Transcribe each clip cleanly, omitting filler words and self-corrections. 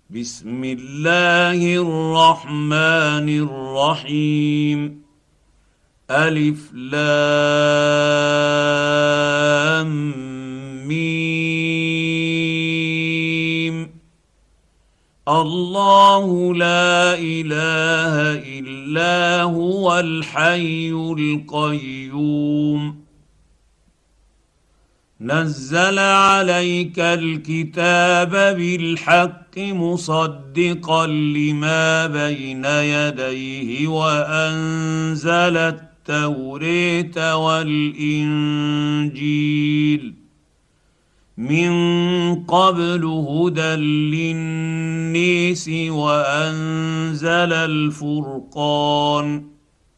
بسم الله الرحمن الرحيم. ألف لام ميم. الله لا إله إلا هو الحي القيوم. نزل عليك الكتاب بالحق مصدقا لما بين يديه وأنزل التوراة والإنجيل من قبل هدى للناس وأنزل الفرقان.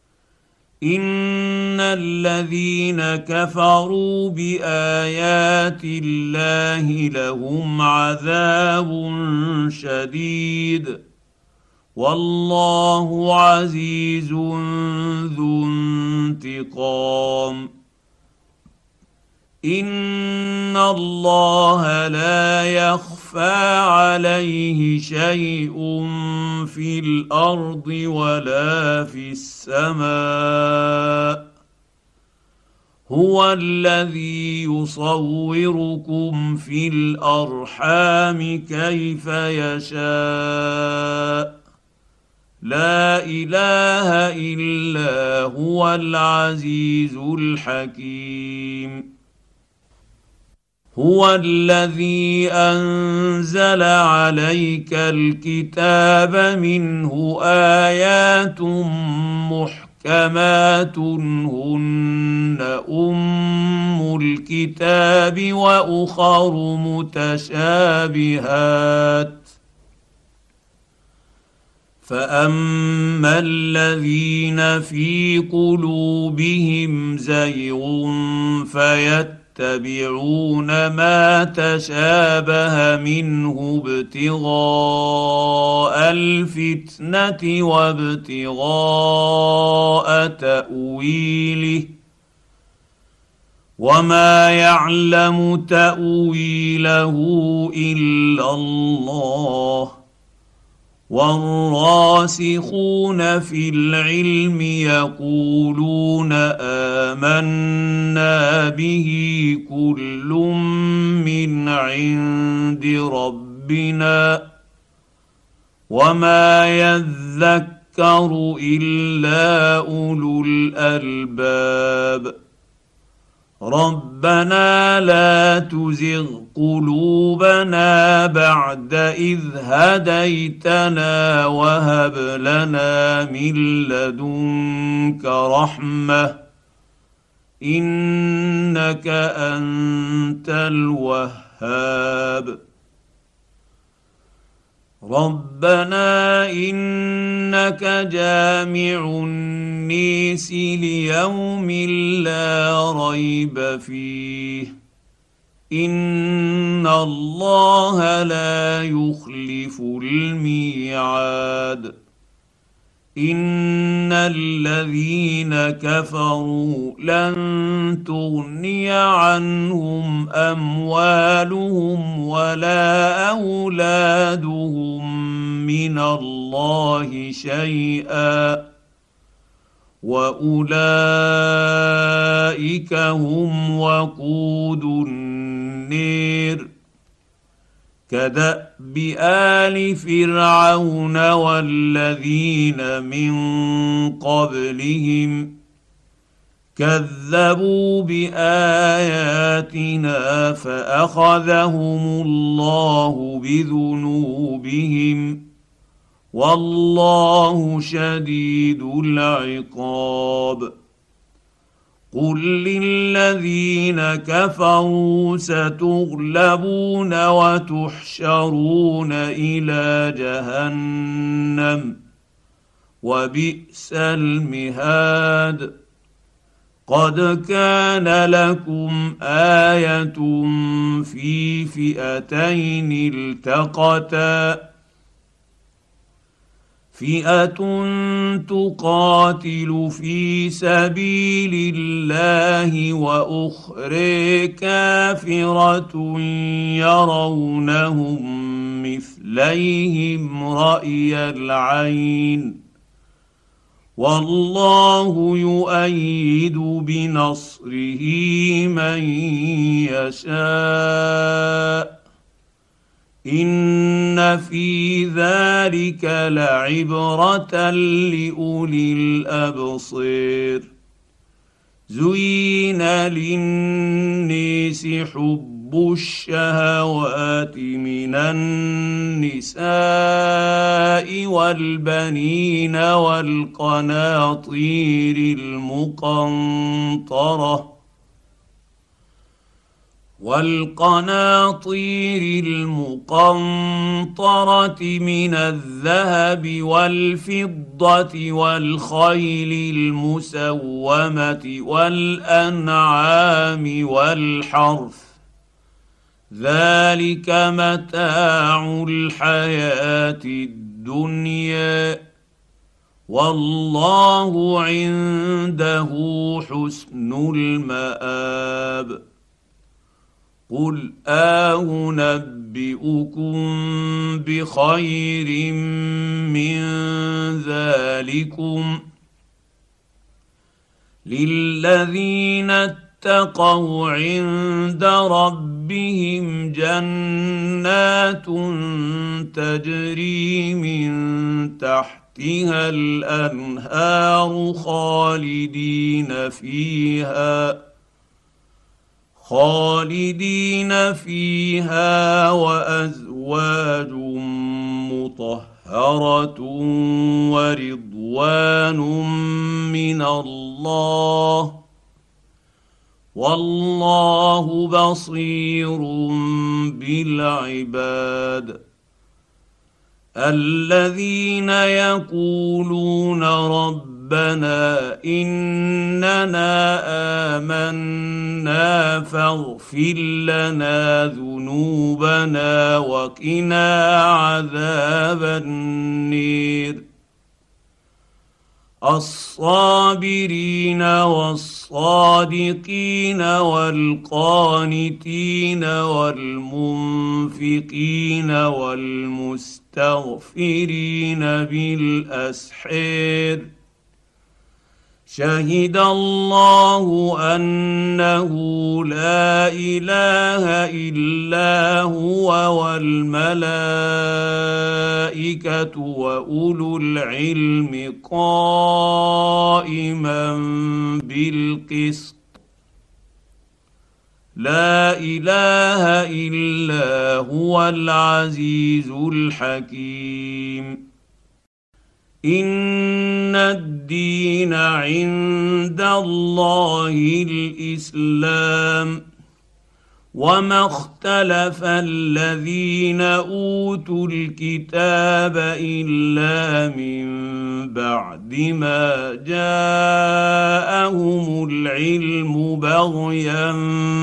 ان الذين كفروا بايات الله لهم عذاب شديد والله عزيز ذو انتقام. ان الله لا يخفى عليه شيء في الارض ولا في السماء. هو الذي يصوركم في الارحام كيف يشاء. لا اله الا هو العزيز الحكيم. هو الذي انزل عليك الكتاب منه ايات محكمات هن ام الكتاب واخر متشابهات. فاما الذين في قلوبهم زيغ فيتبعون ما تشابه منه ابتغاء الفتنة وابتغاء تأويله وما يعلم تأويله إلا الله. والراسخون في العلم يقولون آمنا به كل من عند ربنا وما يذكر إلا أولو الألباب. ربنا لا تزغ قلوبنا بعد إذ هديتنا وهب لنا من لدنك رحمة إنك أنت الوهاب. ربنا إنك جامع الناس ليوم لا ريب فيه إن الله لا يخلف الميعاد. ان الذين كفروا لن تغني عنهم اموالهم ولا اولادهم من الله شيئا واولئك هم وقود النير. كدأب آل فرعون والذين من قبلهم كذبوا بآياتنا فأخذهم الله بذنوبهم والله شديد العقاب. قل للذين كفروا ستغلبون وتحشرون الى جهنم وبئس المهاد. قد كان لكم آية في فئتين التقتا فئه تقاتل في سبيل الله واخرى كافره يرونهم مثليهم راي العين والله يؤيد بنصره من يشاء ان في ذلك لعبره لاولي الابصير زين للناس حب الشهوات من النساء والبنين والقناطير المقنطرة من الذهب والفضة والخيل المسومة والأنعام والحرث ذلك متاع الحياة الدنيا والله عنده حسن المآب قل أنبئكم بخير من ذلكم للذين اتقوا عند ربهم جنات تجري من تحتها الأنهار خالدين فيها وأزواج مطهرة ورضوان من الله والله بصير بالعباد الذين يقولون ربنا إننا آمنا فاغفر لنا ذنوبنا وقنا عذاب النير الصابرين والصادقين والقانتين والمنفقين والمستغفرين بالأسحار شهد الله أنه لا إله إلا هو والملائكة وأولو العلم قائما بالقسط لا إله إلا هو العزيز الحكيم إن الدين عند الله الإسلام وما اختلف الذين أوتوا الكتاب إلا من بعد ما جاءهم العلم بغيا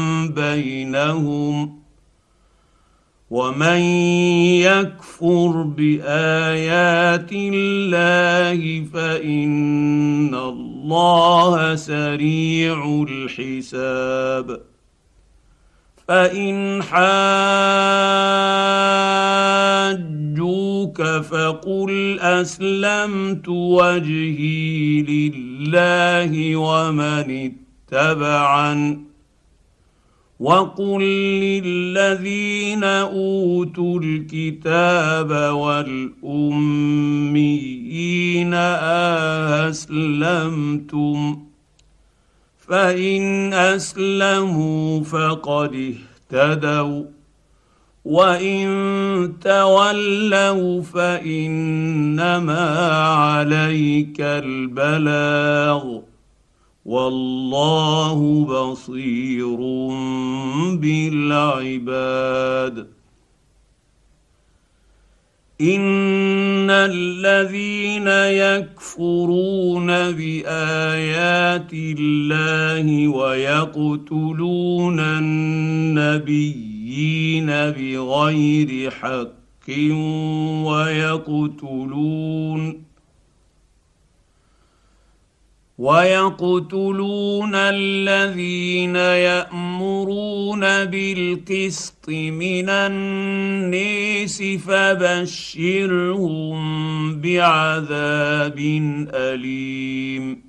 بينهم ومن يكفر بآيات الله فإن الله سريع الحساب فإن حاجوك فقل أسلمت وجهي لله ومن اتبعني وقل للذين أوتوا الكتاب والأميين أسلمتم فإن أسلموا فقد اهتدوا وإن تولوا فإنما عليك البلاغ والله بصير بالعباد إن الذين يكفرون بآيات الله ويقتلون النبيين بغير حق ويقتلون الذين يأمرون بالقسط من الناس فبشرهم بعذاب أليم.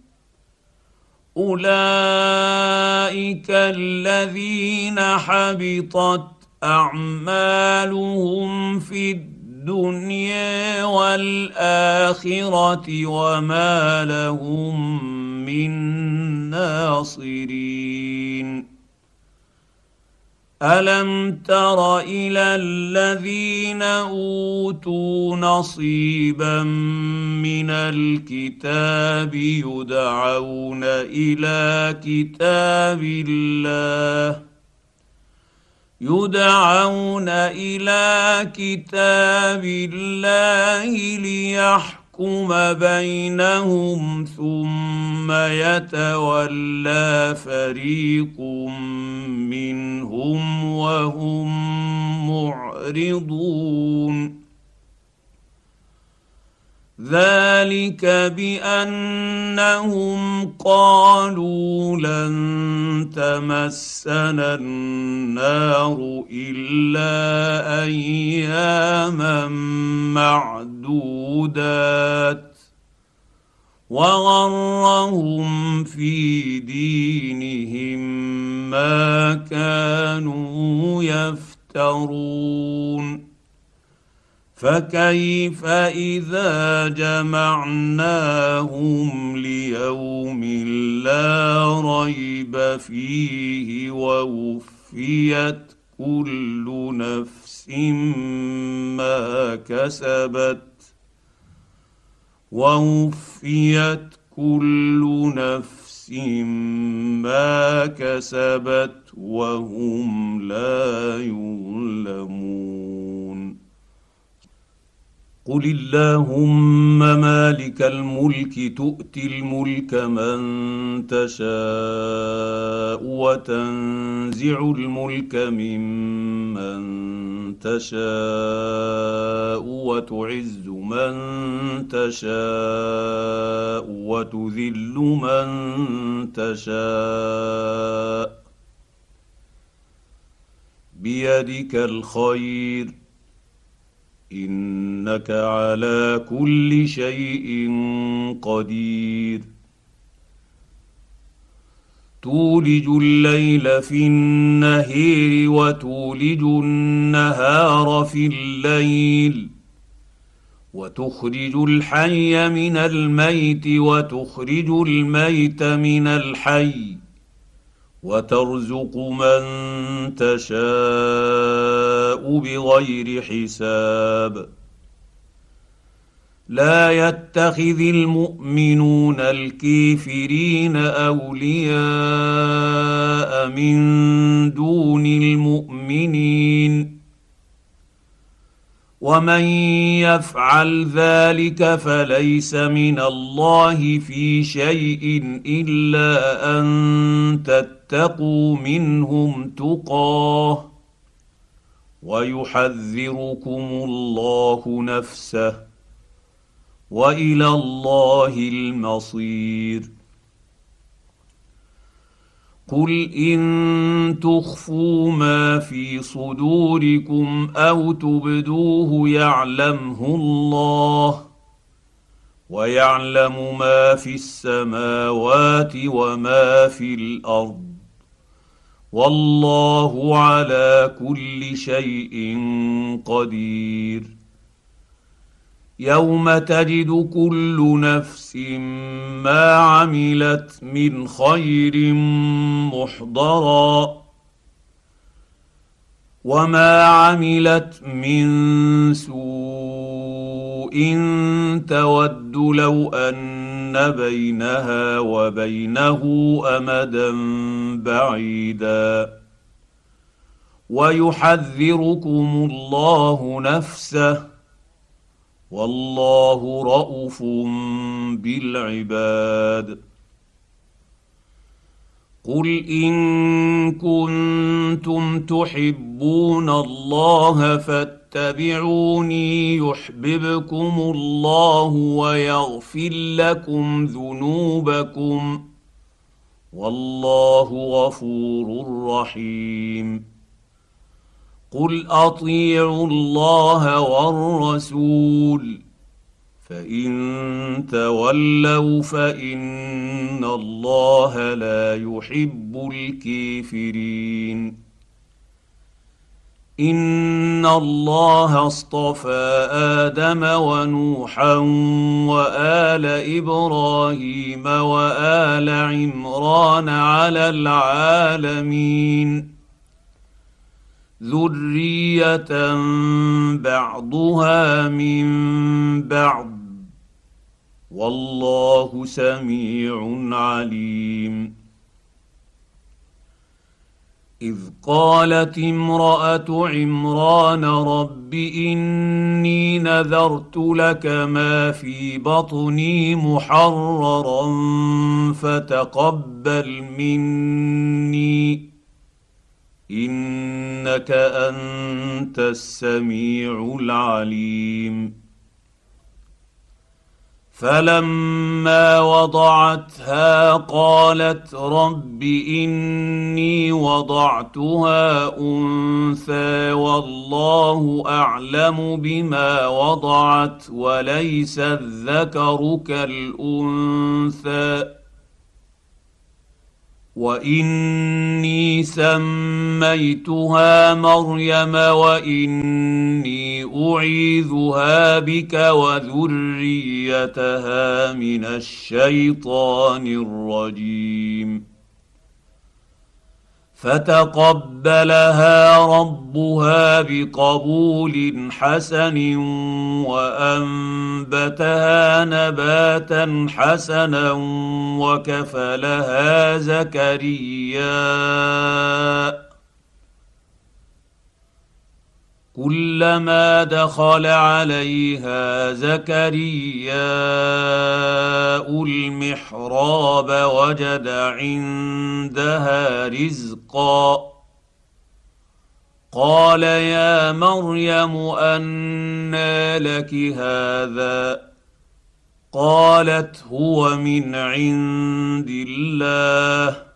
أولئك الذين حبطت أعمالهم في الدنيا والآخرة وما لهم من ناصرين. ألم تر إلى الذين أوتوا نصيبا من الكتاب يدعون إلى كتاب الله ليحكم بينهم ثم يتولى فريق منهم وهم معرضون. ذلك بأنهم قالوا لن تمسنا النار إلا أياما معدودات وغرهم في دينهم ما كانوا يفترون. فكيف إذا جمعناهم ليوم لا ريب فيه ووفيت كل نفس ما كسبت وهم لا يظلمون. قل اللهم مالك الملك تؤتي الملك من تشاء وتنزع الملك ممن تشاء وتعز من تشاء وتذل من تشاء بيدك الخير إنك على كل شيء قدير. تولج الليل في النهار وتولج النهار في الليل وتخرج الحي من الميت وتخرج الميت من الحي وترزق من تشاء بغير حساب. لا يتخذ المؤمنون الكافرين أولياء من دون المؤمنين ومن يفعل ذلك فليس من الله في شيء إلا أن تتقوا منهم تقاه ويحذركم الله نفسه وإلى الله المصير. قل إن تخفوا ما في صدوركم أو تبدوه يعلمه الله ويعلم ما في السماوات وما في الأرض والله على كل شيء قدير. يوم تجد كل نفس ما عملت من خير محضرا وما عملت من سوء تود لو أن بينها وبينه أمدا بعيدا ويحذركم الله نفسه والله رءوف بالعباد. قل إن كنتم تحبون الله فاتبعوني يحببكم الله ويغفر لكم ذنوبكم والله غفور رحيم. قل اطيعوا الله والرسول فان تولوا فان الله لا يحب الكافرين. ان الله اصطفى ادم ونوحا وال ابراهيم وال عمران على العالمين ذريه بعضها من بعض والله سميع عليم. اذ قالت امراه عمران رب اني نذرت لك ما في بطني محررا فتقبل مني انك انت السميع العليم. فلما وضعتها قالت رب اني وضعتها انثى والله اعلم بما وضعت وليس الذكر كالانثى واني سميتها مريم واني اعيذها بك وذريتها من الشيطان الرجيم. فتقبلها ربها بقبول حسن وانبتها نباتا حسنا وكفلها زكريا كلما دخل عليها زكرياء المحراب وجد عندها رزقا قال يا مريم أنى لك هذا قالت هو من عند الله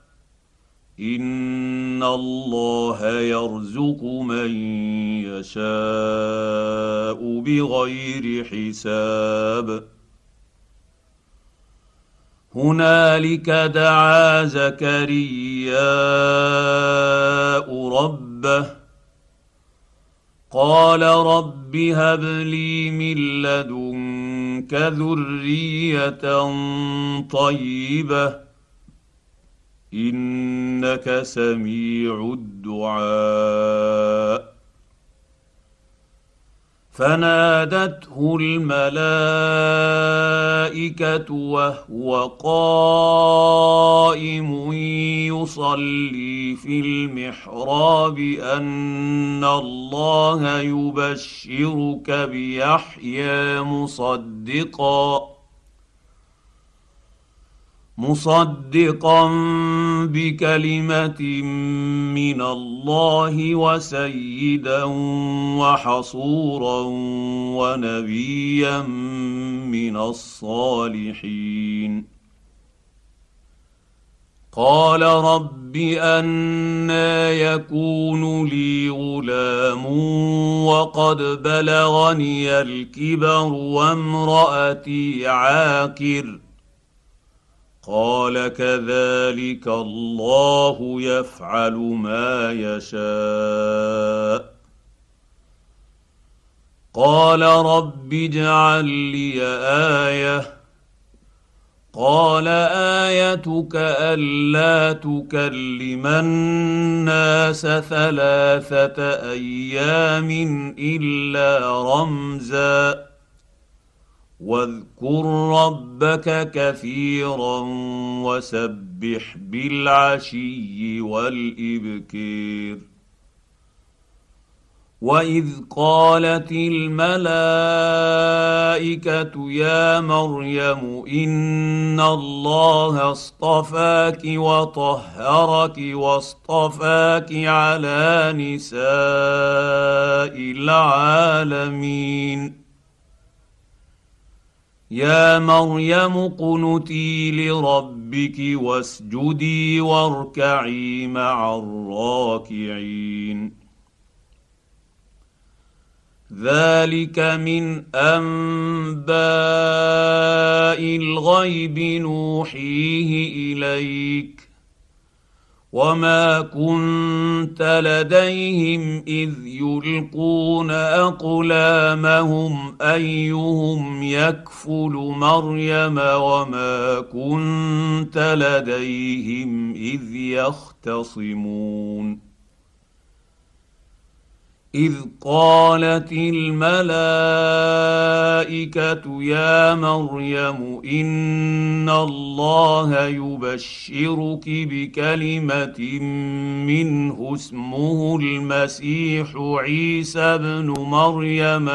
ان الله يرزق من يشاء بغير حساب. هنالك دعا زكرياء ربه قال رب هب لي من لدنك ذريه طيبه انك سميع الدعاء. فنادته الملائكه وهو قائم يصلي في المحراب ان الله يبشرك بيحيى مصدقا بكلمه من الله وسيدا وحصورا ونبيا من الصالحين. قال رب أنى يكون لي غلام وقد بلغني الكبر وامرأتي عاقر قال كذلك الله يفعل ما يشاء. قال رب اجعل لي آية قال آيتك ألا تكلم الناس 3 أيام إلا رمزا واذكر ربك كثيرا وسبح بالعشي والإبكار. واذ قالت الملائكه يا مريم ان الله اصطفاك وطهرك واصطفاك على نساء العالمين يا مريم اقنتي لربك واسجدي واركعي مع الراكعين ذلك من انباء الغيب نوحيه اليك وما كنت لديهم اذ يلقون اقلامهم ايهم يكفل مريم وما كنت لديهم اذ يختصمون اذ قالت الملائكه يا مريم ان الله يبشرك بكلمه منه اسمه المسيح عيسى ابن مريم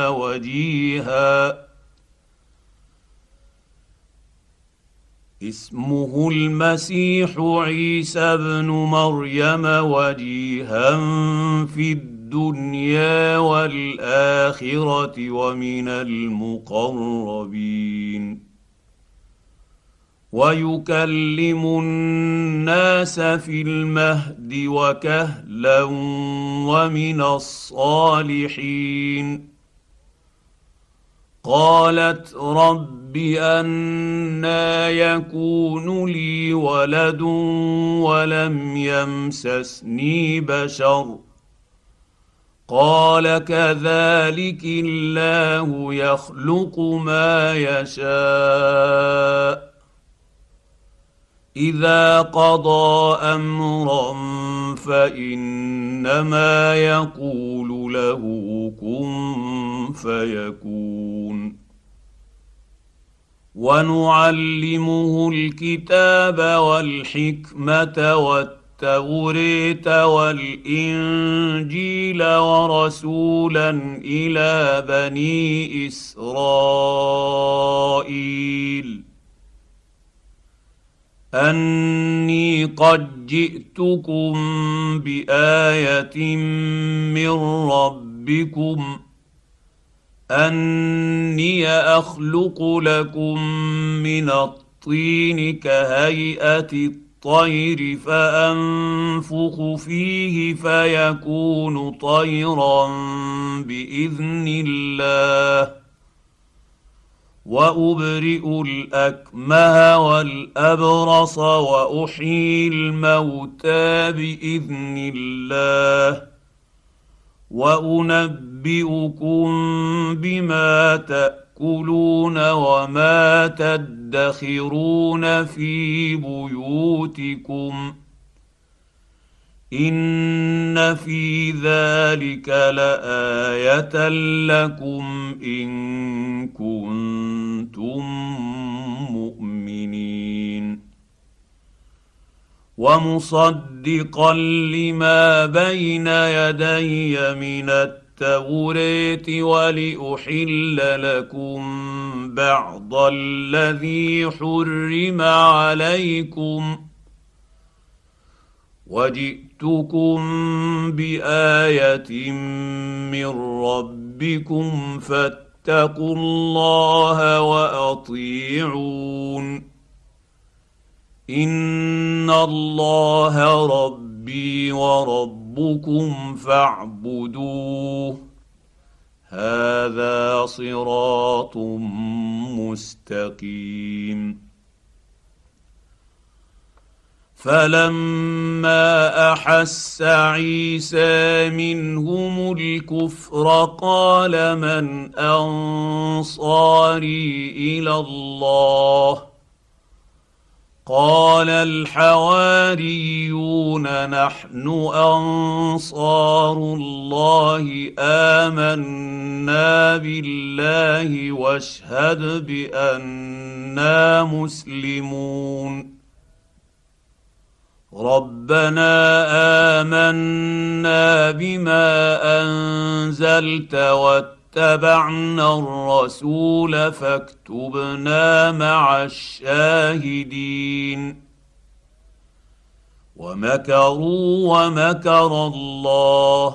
وجيها في الدنيا والاخره ومن المقربين ويكلم الناس في المهد وكهلا ومن الصالحين قالت رب أنى يكون لي ولد ولم يمسسني بشر قال كذلك الله يخلق ما يشاء اذا قضى امرا فانما يقول له كن فيكون ونعلمه الكتاب والحكمه والتوراه والانجيل ورسولا الى بني اسرائيل اني قد جئتكم بايه من ربكم اني اخلق لكم من الطين كهيئه الطير فانفخ فيه فيكون طيرا باذن الله وابرئ الاكمه والابرص واحيي الموتى باذن الله وانبئكم بما تاكلون وما تدخرون في بيوتكم ان في ذلك لايه لكم ان كنتم مؤمنين ومصدقا لما بين يدي من التوراه ولاحل لكم بعض الذي حرم عليكم وجئتكم بايه من ربكم فاتقوا الله واطيعون ان الله ربي وربكم فاعبدوه هذا صراط مستقيم فلما احس عيسى منهم الكفر قال من انصاري الى الله قال الحواريون نحن انصار الله امنا بالله واشهد بانا مسلمون ربنا آمنا بما أنزلت واتبعنا الرسول فاكتبنا مع الشاهدين ومكروا ومكر الله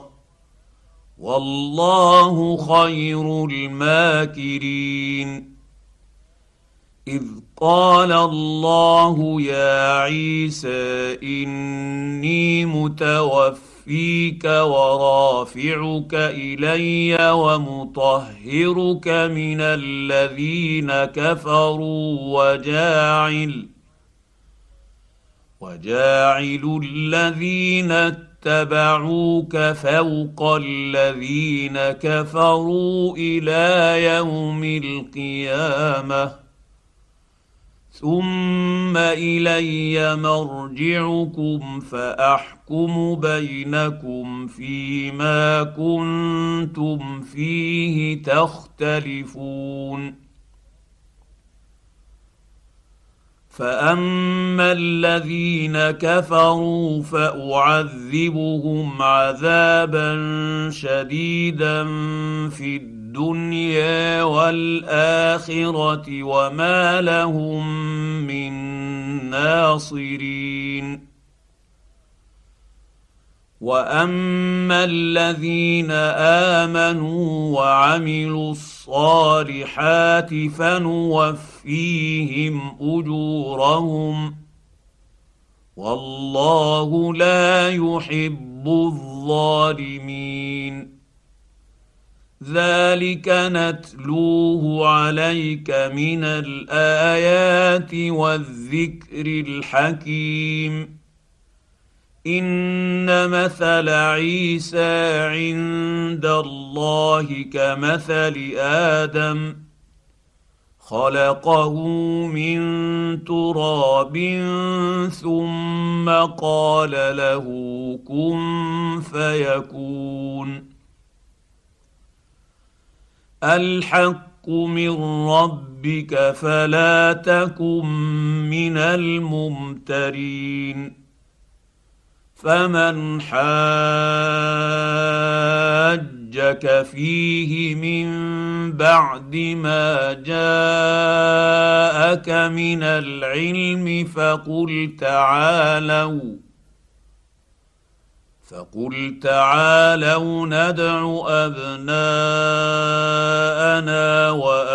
والله خير الماكرين إذ قال الله يا عيسى إني متوفيك ورافعك إلي ومطهرك من الذين كفروا وجاعل الذين اتبعوك فوق الذين كفروا إلى يوم القيامة ثم إلي مرجعكم فأحكم بينكم فيما كنتم فيه تختلفون فأما الذين كفروا فأعذبهم عذابا شديدا في الدنيا والآخرة وما لهم من ناصرين واما الذين امنوا وعملوا الصالحات فنوفيهم اجورهم والله لا يحب الظالمين ذلك نتلوه عليك من الايات والذكر الحكيم ان مثل عيسى عند الله كمثل ادم خلقه من تراب ثم قال له كن فيكون الحق من ربك فلا تكن من الممترين فمن حاجك فيه من بعد ما جاءك من العلم فقل تعالوا ندع أبناءنا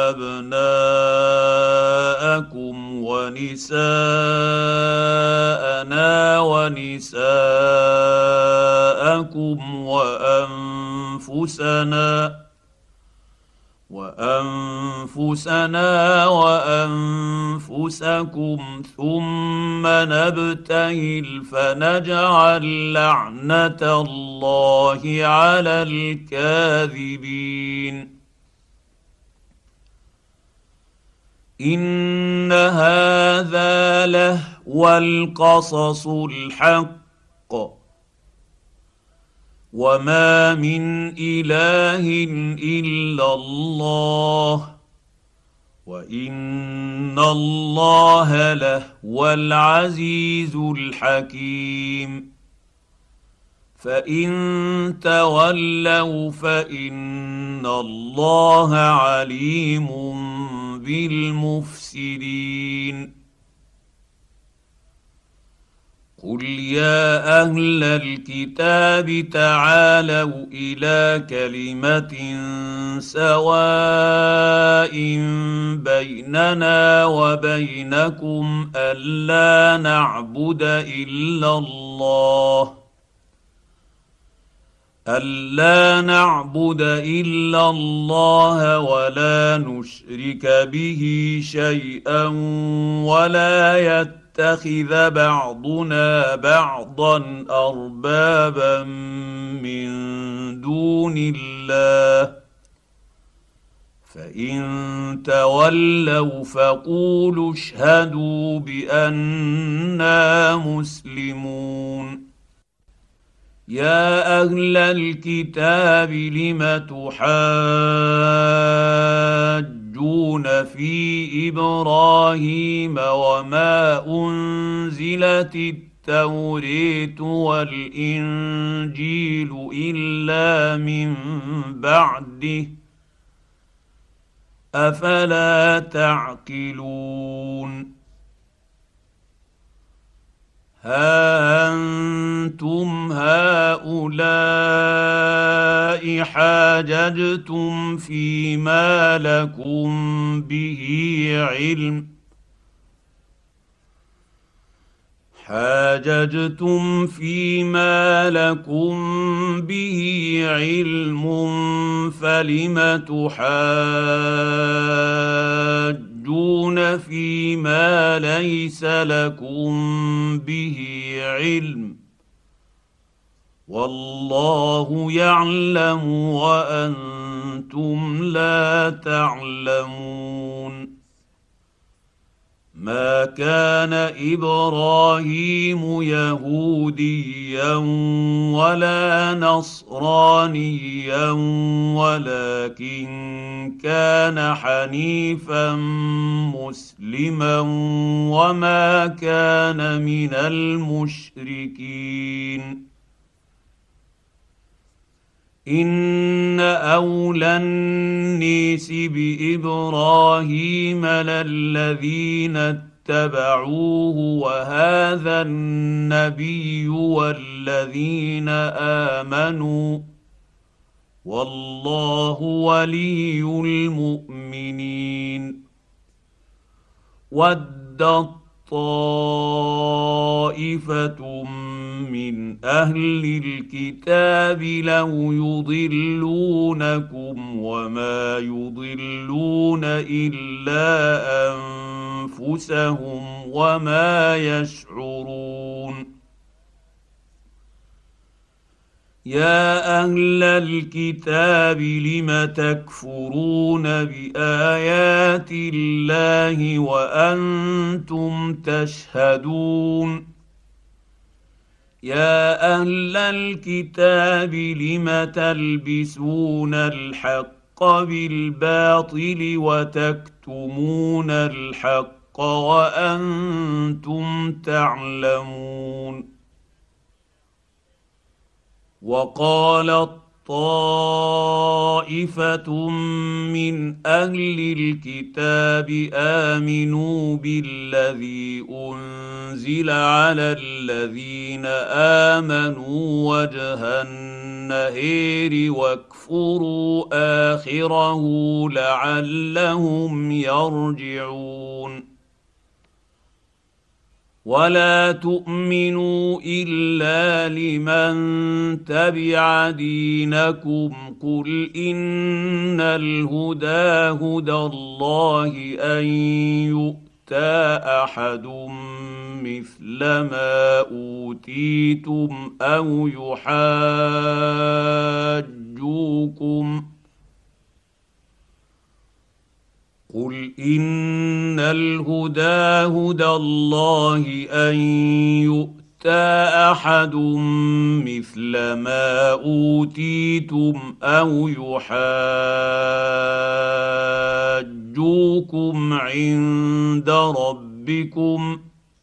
وأبناءكم ونساءنا ونساءكم وأنفسنا وأنفسكم ثم نبتهل فنجعل لعنة الله على الكاذبين إن هذا لهو القصص الحق وما من إله إلا الله وإن الله لهو العزيز الحكيم فإن تولوا فإن الله عليم بالمفسدين قل يا أهل الكتاب تعالوا إلى كلمة سواء بيننا وبينكم ألا نعبد إلا الله ولا نشرك به شيئا ولا يتخذ بعضنا بعضا أربابا من دون الله فإن تولوا فقولوا اشهدوا بأننا مسلمون يا أهل الكتاب لم تحاجون في إبراهيم وما أنزلت التوريت والانجيل الا من بعده افلا تعقلون ها انتم هؤلاء حاججتم فيما لكم به علم فلم تحاجون فيما ليس لكم به علم والله يعلم وانتم لا تعلمون ما كان ابراهيم يهوديا ولا نصرانيا ولكن كان حنيفا مسلما وما كان من المشركين ان اولى الناس بابراهيم للذين اتبعوه وهذا النبي والذين امنوا والله ولي المؤمنين ودت طائفه من اهل الكتاب لو يضلونكم وما يضلون الا انفسهم وما يشعرون يا اهل الكتاب لم تكفرون بايات الله وانتم تشهدون يا اهل الكتاب لم تلبسون الحق بالباطل وتكتمون الحق وانتم تعلمون وقالت طائفه من اهل الكتاب امنوا بالذي انزل على الذين امنوا وجه النهار واكفروا اخره لعلهم يرجعون ولا تؤمنوا الا لمن تبع دينكم قل ان الهدى هدى الله ان يؤتى احد مثل ما اوتيتم او يحاجوكم قل ان الهدى هدى الله ان يؤتى احد مثل ما اوتيتم او يحاجوكم عند ربكم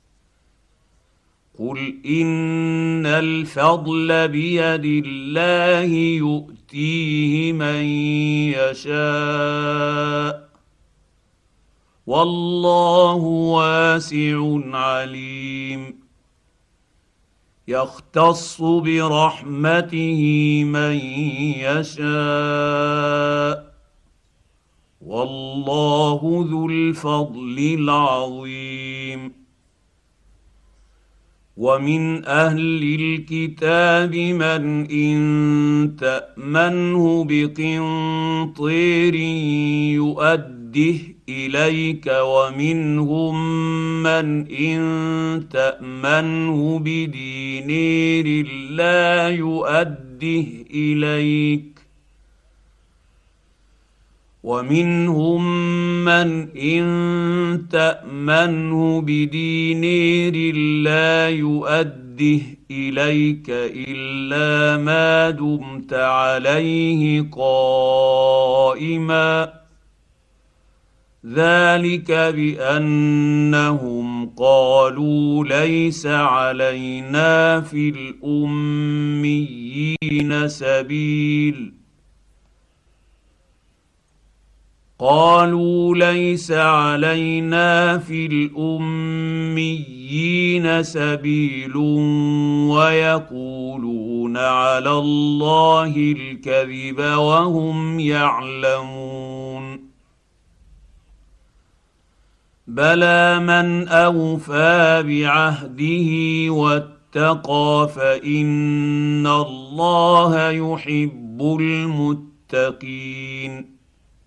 قل ان الفضل بيد الله يؤتيه من يشاء والله واسع عليم يختص برحمته من يشاء والله ذو الفضل العظيم ومن اهل الكتاب من ان تامنه بقنطير يؤده اليك ومنهم من ان تامنه بدينار لا يؤده اليك ومنهم من ان تامنه بدينار لا يؤده اليك الا ما دمت عليه قائما ذلك بانهم قالوا ليس علينا في الاميين سبيل قالوا ليس علينا في الاميين سبيل ويقولون على الله الكذب وهم يعلمون بلى من اوفى بعهده واتقى فان الله يحب المتقين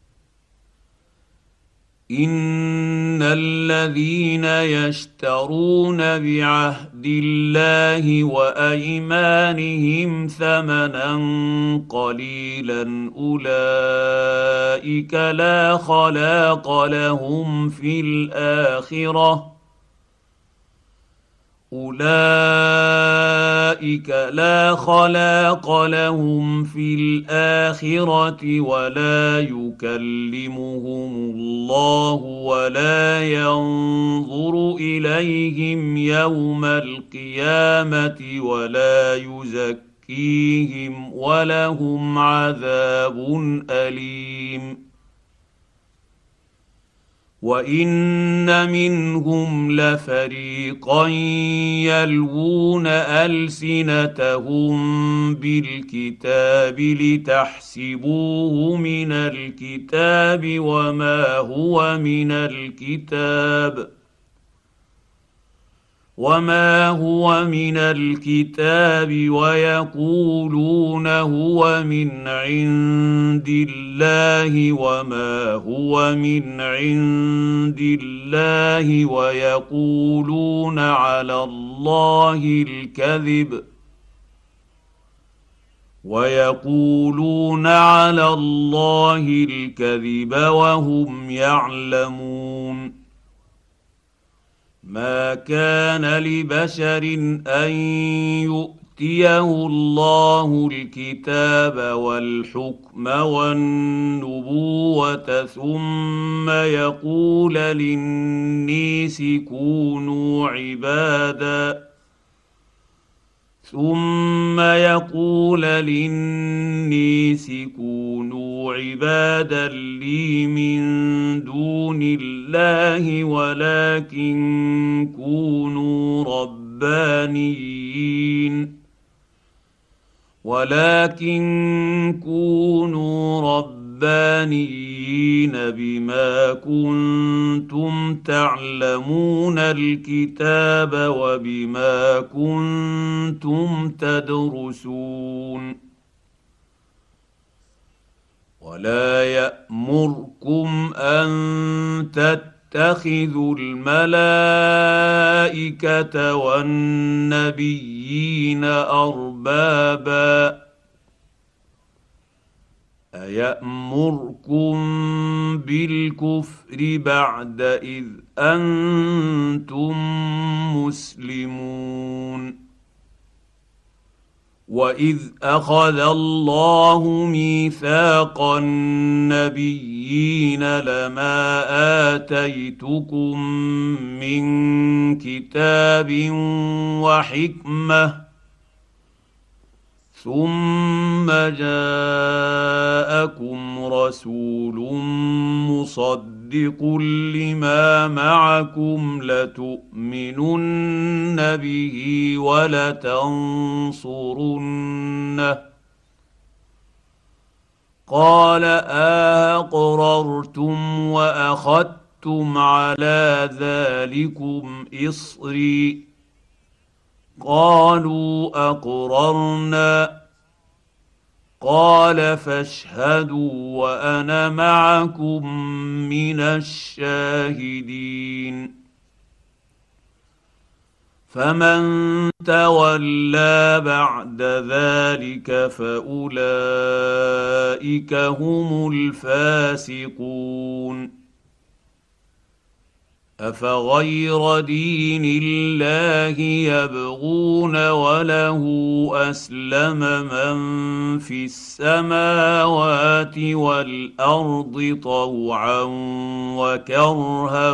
ان الذين يشترون بعهد الله وايمانهم ثمنا قليلا اولئك لا خلاق لهم في الاخره ولا يكلمهم الله ولا ينظر اليهم يوم القيامه ولا يزكيهم ولهم عذاب اليم وان منهم لفريقا يلوون السنتهم بالكتاب لتحسبوه من الكتاب وما هو من الكتاب ويقولون هو من عند الله وما هو من عند الله ويقولون على الله الكذب وهم يعلمون ما كان لبشر ان يؤتيه الله الكتاب والحكم والنبوه ثم يقول للناس كونوا عبادا لي من دون الله ولكن كونوا ربانيين بما كنتم تعلمون الكتاب وبما كنتم تدرسون ولا يأمركم أن تتخذوا الملائكة والنبيين أربابا أيأمركم بالكفر بعد إذ أنتم مسلمون واذ اخذ الله ميثاق النبيين لما اتيتكم من كتاب وحكمه ثم جاءكم رسول مصدق لما معكم لتؤمنن به ولتنصرنه قال أقررتم وأخذتم على ذلكم إصري قالوا أقررنا قال فاشهدوا وأنا معكم من الشاهدين فمن تولى بعد ذلك فأولئك هم الفاسقون افغير دين الله يبغون وله اسلم من في السماوات والارض طوعا وكرها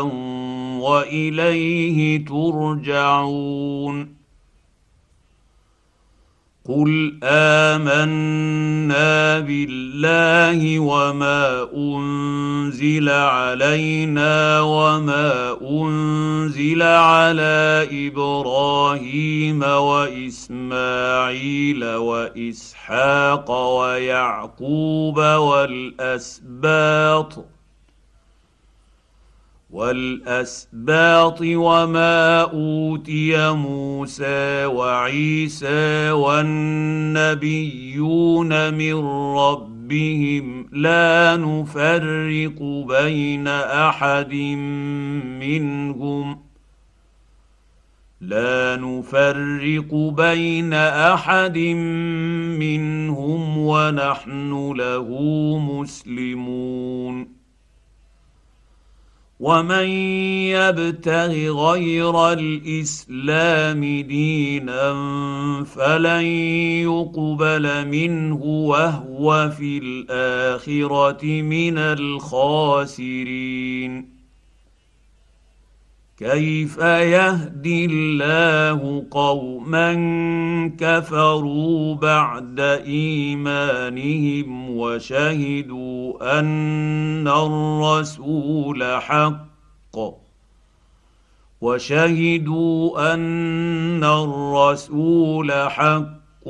واليه ترجعون قل امنا بالله وما انزل علينا وما انزل على ابراهيم واسماعيل واسحاق ويعقوب والاسباط وما اوتي موسى وعيسى والنبيون من ربهم لا نفرق بين احد منهم ونحن له مسلمون ومن يبتغ غير الاسلام دينا فلن يقبل منه وهو في الاخره من الخاسرين كيف يهدي الله قوما كفروا بعد ايمانهم وشهدوا ان الرسول حق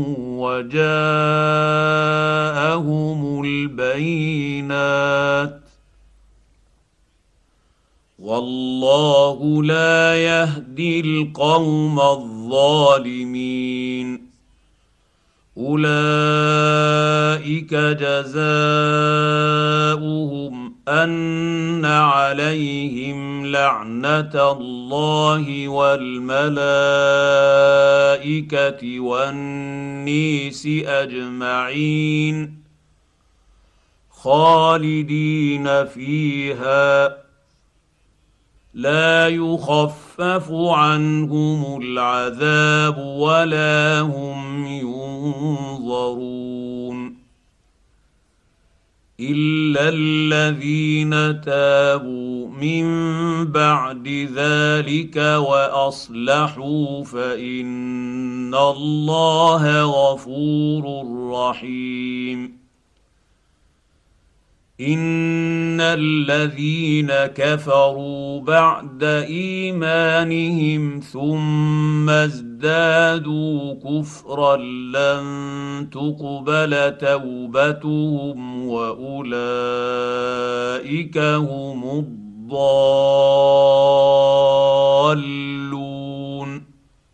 وجاءهم البينات والله لا يهدي القوم الظالمين اولئك جزاؤهم ان عليهم لعنه الله والملائكه والناس اجمعين خالدين فيها لا يخفف عنهم العذاب ولا هم ينظرون الا الذين تابوا من بعد ذلك واصلحوا فان الله غفور رحيم ان الذين كفروا بعد ايمانهم ثم ازدادوا كفرا لن تقبل توبتهم واولئك هم الضالون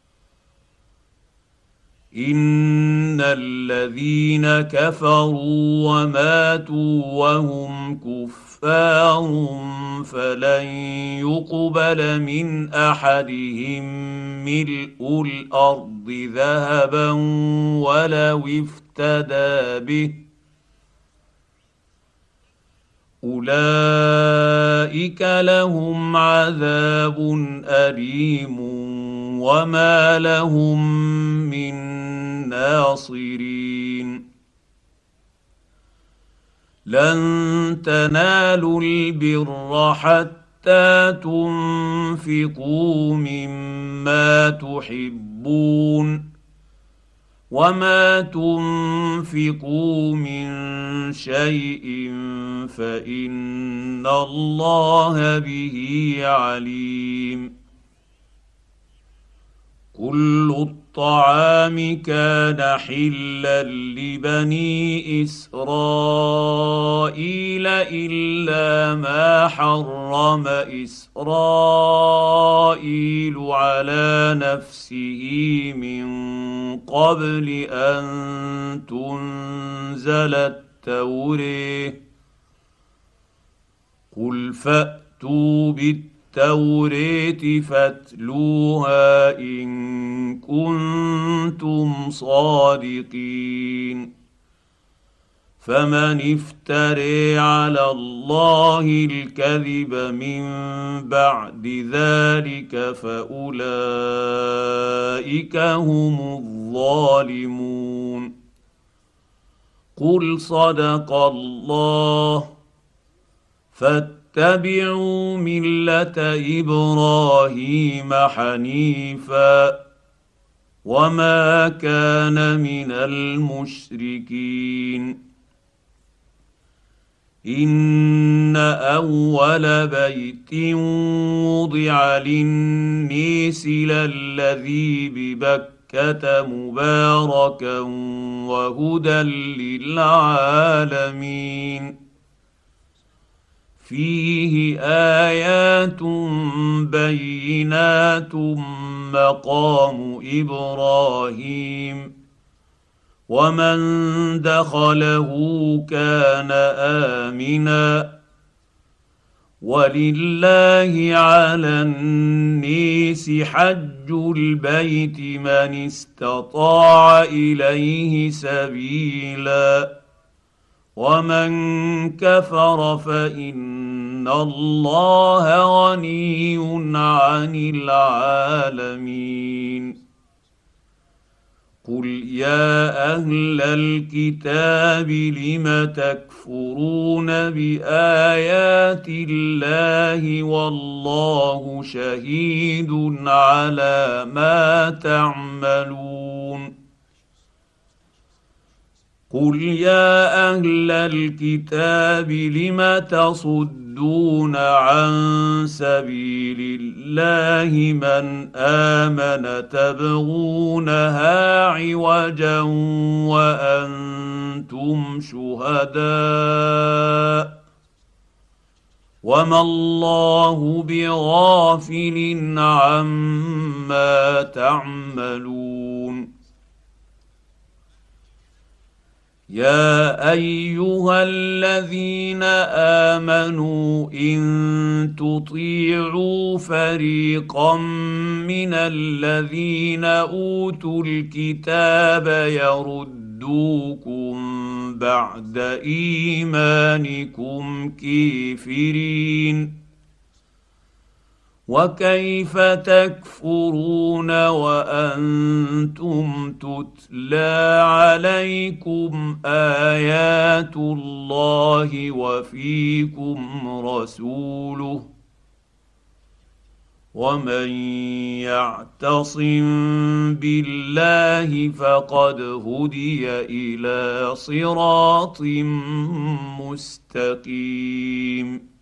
ان الذين كفروا وماتوا وهم كفار فلن يقبل من احدهم ملء الارض ذهبا ولو افتدى به اولئك لهم عذاب اليم وما لهم من ناصرين لن تنالوا البر حتى تنفقوا مما تحبون وما تنفقوا من شيء فان الله به عليم كل الطعام كان حلا لبني اسرائيل الا ما حرم اسرائيل على نفسه من قبل ان تنزل التوراه قل فاتوا بالتوراه فاتلوها ان كنتم صادقين فمن افتري على الله الكذب من بعد ذلك فاولئك هم الظالمون. قل صدق الله، فاتبعوا مله ابراهيم حنيفا وما كان من المشركين. ان اول بيت وضع للناس للذي ببكه مباركا وهدى للعالمين، فيه ايات بينات مقام ابراهيم ومن دخله كان امنا ولله على الناس حج البيت من استطاع اليه سبيلا ومن كفر فان الله غني عن العالمين. قل يا اهل الكتاب لم تكفرون بايات الله والله شهيد على ما تعملون. قل يا اهل الكتاب لم تصدون عن سبيل الله من امن تبغونها عوجا وانتم شهداء وما الله بغافل عما تعملون. يا ايها الذين امنوا ان تطيعوا فريقا من الذين اوتوا الكتاب يردوكم بعد ايمانكم كافرين وكيف تكفرون وانتم تتلى عليكم ايات الله وفيكم رسوله ومن يعتصم بالله فقد هدي الى صراط مستقيم.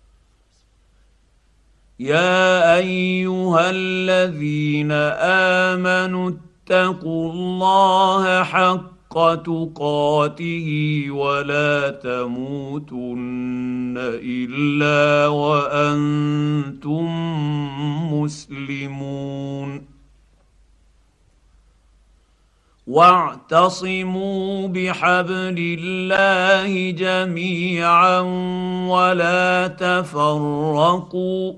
يا ايها الذين امنوا اتقوا الله حق تقاته ولا تموتن الا وانتم مسلمون. واعتصموا بحبل الله جميعا ولا تفرقوا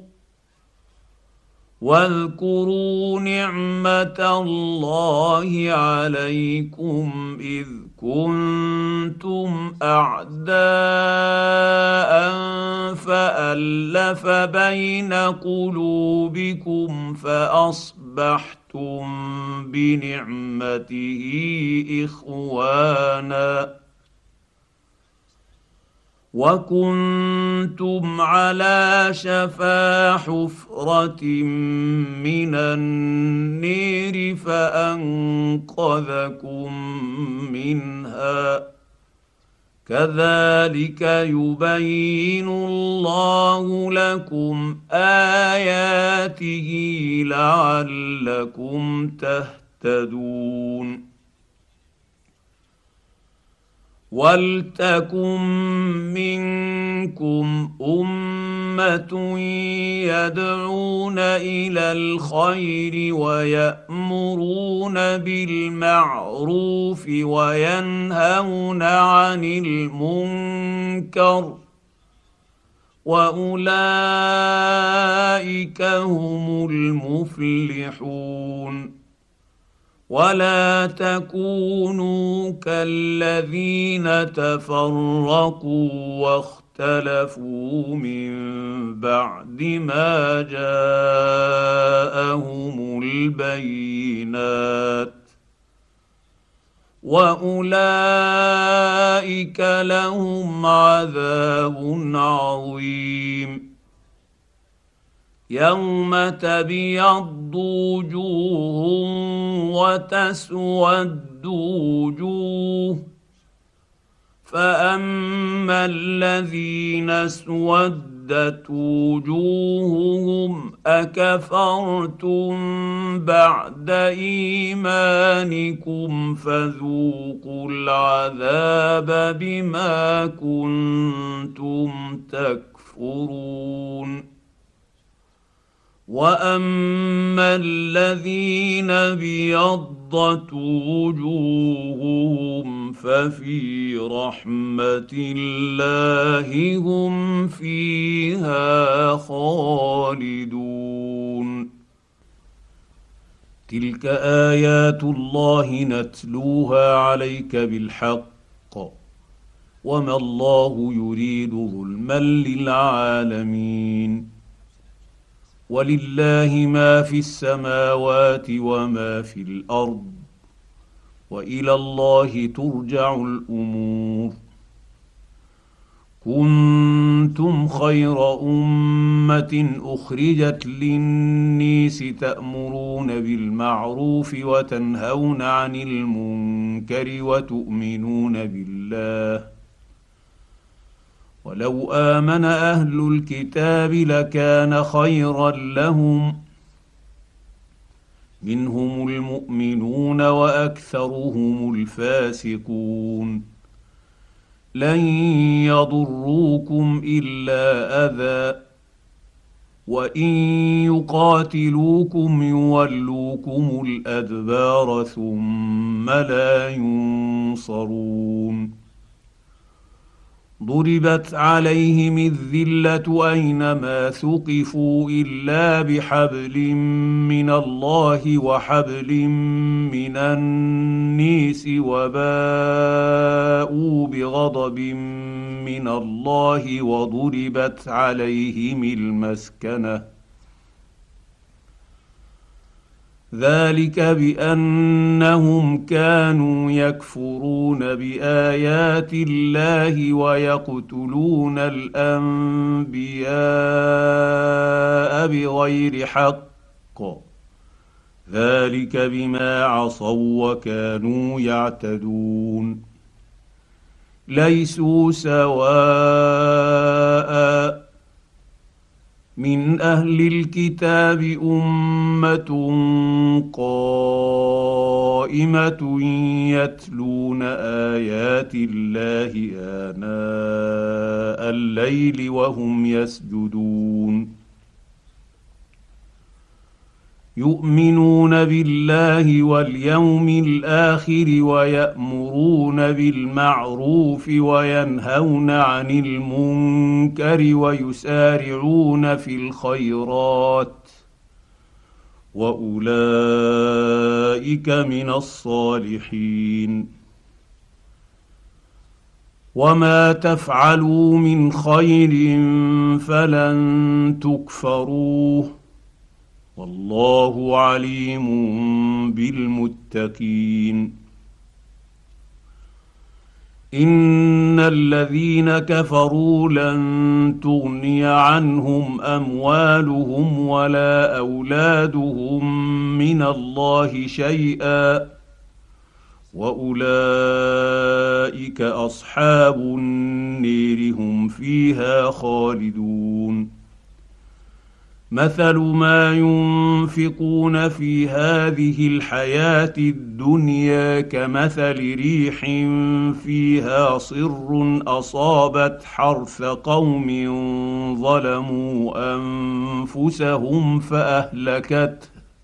واذكروا نعمه الله عليكم اذ كنتم اعداء فالف بين قلوبكم فاصبحتم بنعمته اخوانا وكنتم على شفا حفرة من النير فأنقذكم منها كذلك يبين الله لكم آياته لعلكم تهتدون. ولتكن منكم امه يدعون الى الخير ويامرون بالمعروف وينهون عن المنكر واولئك هم المفلحون. ولا تكونوا كالذين تفرقوا واختلفوا من بعد ما جاءهم البينات واولئك لهم عذاب عظيم يوم تبيض وجوه وتسود وجوه فاما الذين اسودت وجوههم اكفرتم بعد ايمانكم فذوقوا العذاب بما كنتم تكفرون واما الذين ابيضت وجوههم ففي رحمه الله هم فيها خالدون تلك ايات الله نتلوها عليك بالحق وما الله يريد ظلما للعالمين ولله ما في السماوات وما في الارض والى الله ترجع الامور كنتم خير امه اخرجت للناس تامرون بالمعروف وتنهون عن المنكر وتؤمنون بالله ولو امن اهل الكتاب لكان خيرا لهم منهم المؤمنون واكثرهم الفاسقون لن يضروكم الا اذى وان يقاتلوكم يولوكم الادبار ثم لا ينصرون ضربت عليهم الذله اينما ثقفوا الا بحبل من الله وحبل من الناس وباءوا بغضب من الله وضربت عليهم المسكنه ذلك بانهم كانوا يكفرون بايات الله ويقتلون الانبياء بغير حق ذلك بما عصوا وكانوا يعتدون ليسوا سواء من اهل الكتاب امه قائمه يتلون ايات الله اناء الليل وهم يسجدون يؤمنون بالله واليوم الاخر ويأمرون بالمعروف وينهون عن المنكر ويسارعون في الخيرات واولئك من الصالحين وما تفعلوا من خير فلن تكفروه والله عليم بالمتقين ان الذين كفروا لن تغني عنهم اموالهم ولا اولادهم من الله شيئا واولئك اصحاب النير هم فيها خالدون مثل ما ينفقون في هذه الحياه الدنيا كمثل ريح فيها صر اصابت حرث قوم ظلموا انفسهم فاهلكته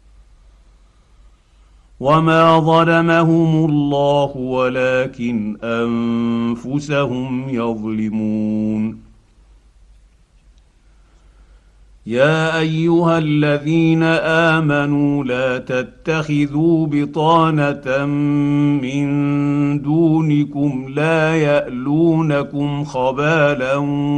وما ظلمهم الله ولكن انفسهم يظلمون يا ايها الذين امنوا لا تتخذوا بطانه من دونكم لا يالونكم خبالا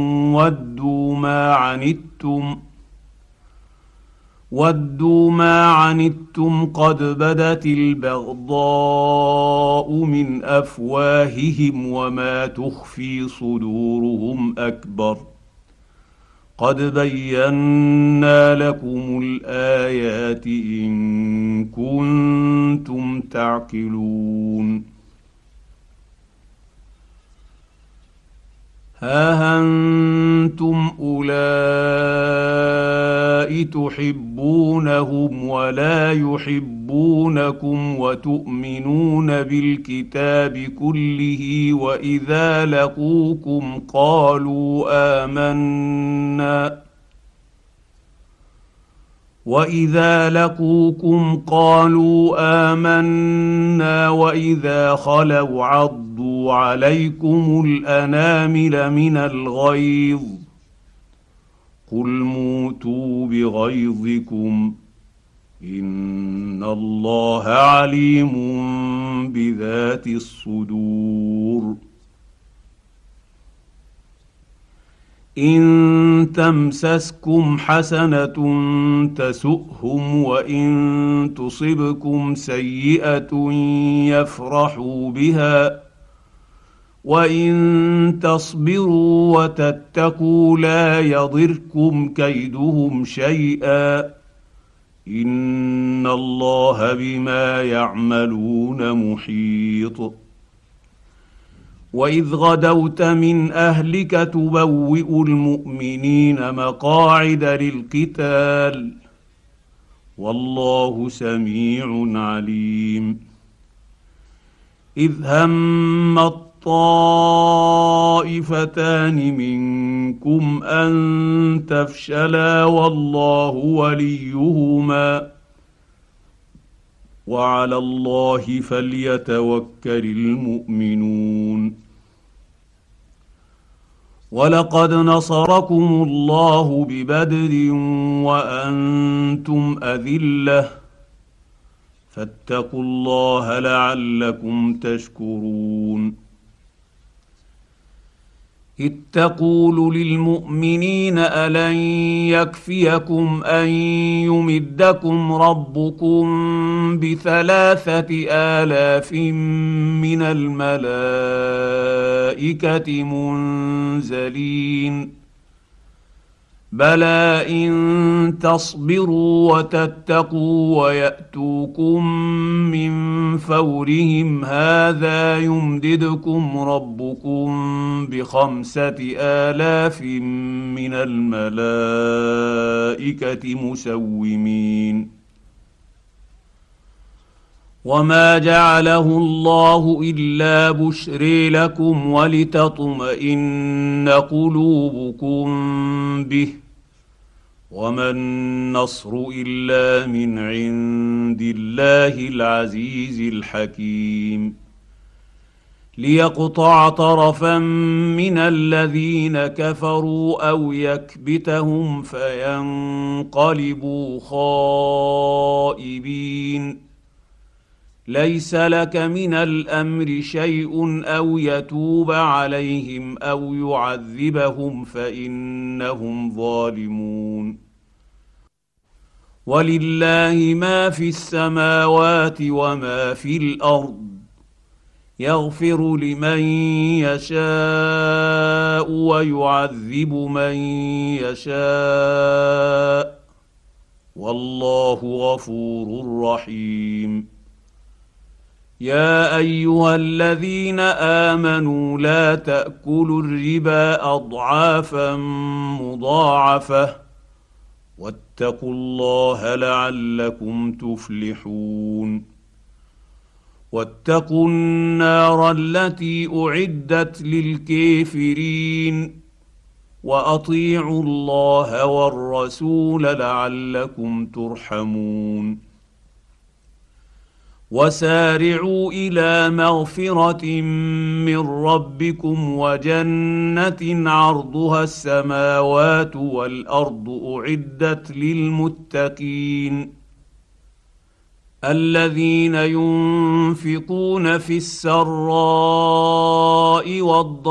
ودوا ما عنتم قد بدت البغضاء من افواههم وما تخفي صدورهم اكبر قد بينا لكم الايات ان كنتم تعقلون ها انتم اولئك تحبونهم ولا يحبونكم وتؤمنون بالكتاب كله واذا لقوكم قالوا آمنا واذا خلوا عضوا عليكم الانامل من الغيظ قل موتوا بغيظكم ان الله عليم بذات الصدور ان تمسسكم حسنه تسؤهم وان تصبكم سيئه يفرحوا بها وان تصبروا وتتقوا لا يضركم كيدهم شيئا ان الله بما يعملون محيط واذ غدوت من اهلك تبوئ المؤمنين مقاعد للقتال والله سميع عليم اذ هم الطائفتان منكم ان تفشلا والله وليهما وعلى الله فليتوكل المؤمنون ولقد نصركم الله ببدر وانتم اذله فاتقوا الله لعلكم تشكرون إذ تقول للمؤمنين ألن يكفيكم أن يمدكم ربكم ب3,000 من الملائكة منزلين بلى إن تصبروا وتتقوا ويأتوكم من فورهم هذا يمددكم ربكم ب5,000 من الملائكة مسومين وما جعله الله إلا بشرى لكم ولتطمئن قلوبكم به وما النصر إلا من عند الله العزيز الحكيم ليقطع طرفا من الذين كفروا أو يكبتهم فينقلبوا خائبين ليس لك من الامر شيء او يتوب عليهم او يعذبهم فانهم ظالمون ولله ما في السماوات وما في الارض يغفر لمن يشاء ويعذب من يشاء والله غفور رحيم يا ايها الذين امنوا لا تاكلوا الربا اضعافا مضاعفه واتقوا الله لعلكم تفلحون واتقوا النار التي اعدت للكافرين واطيعوا الله والرسول لعلكم ترحمون وسارعوا الى مغفره من ربكم وجنه عرضها السماوات والارض اعدت للمتقين الذين ينفقون في السراء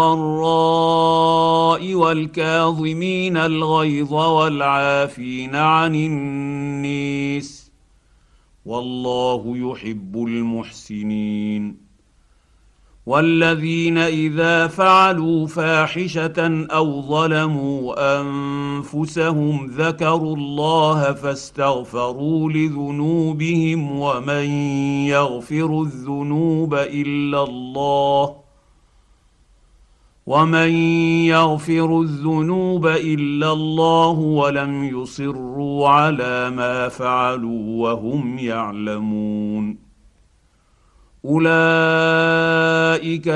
والضراء والكاظمين الغيظ والعافين عن الناس والله يحب المحسنين والذين اذا فعلوا فاحشه او ظلموا انفسهم ذكروا الله فاستغفروا لذنوبهم ومن يغفر الذنوب الا الله ولم يصروا على ما فعلوا وهم يعلمون اولئك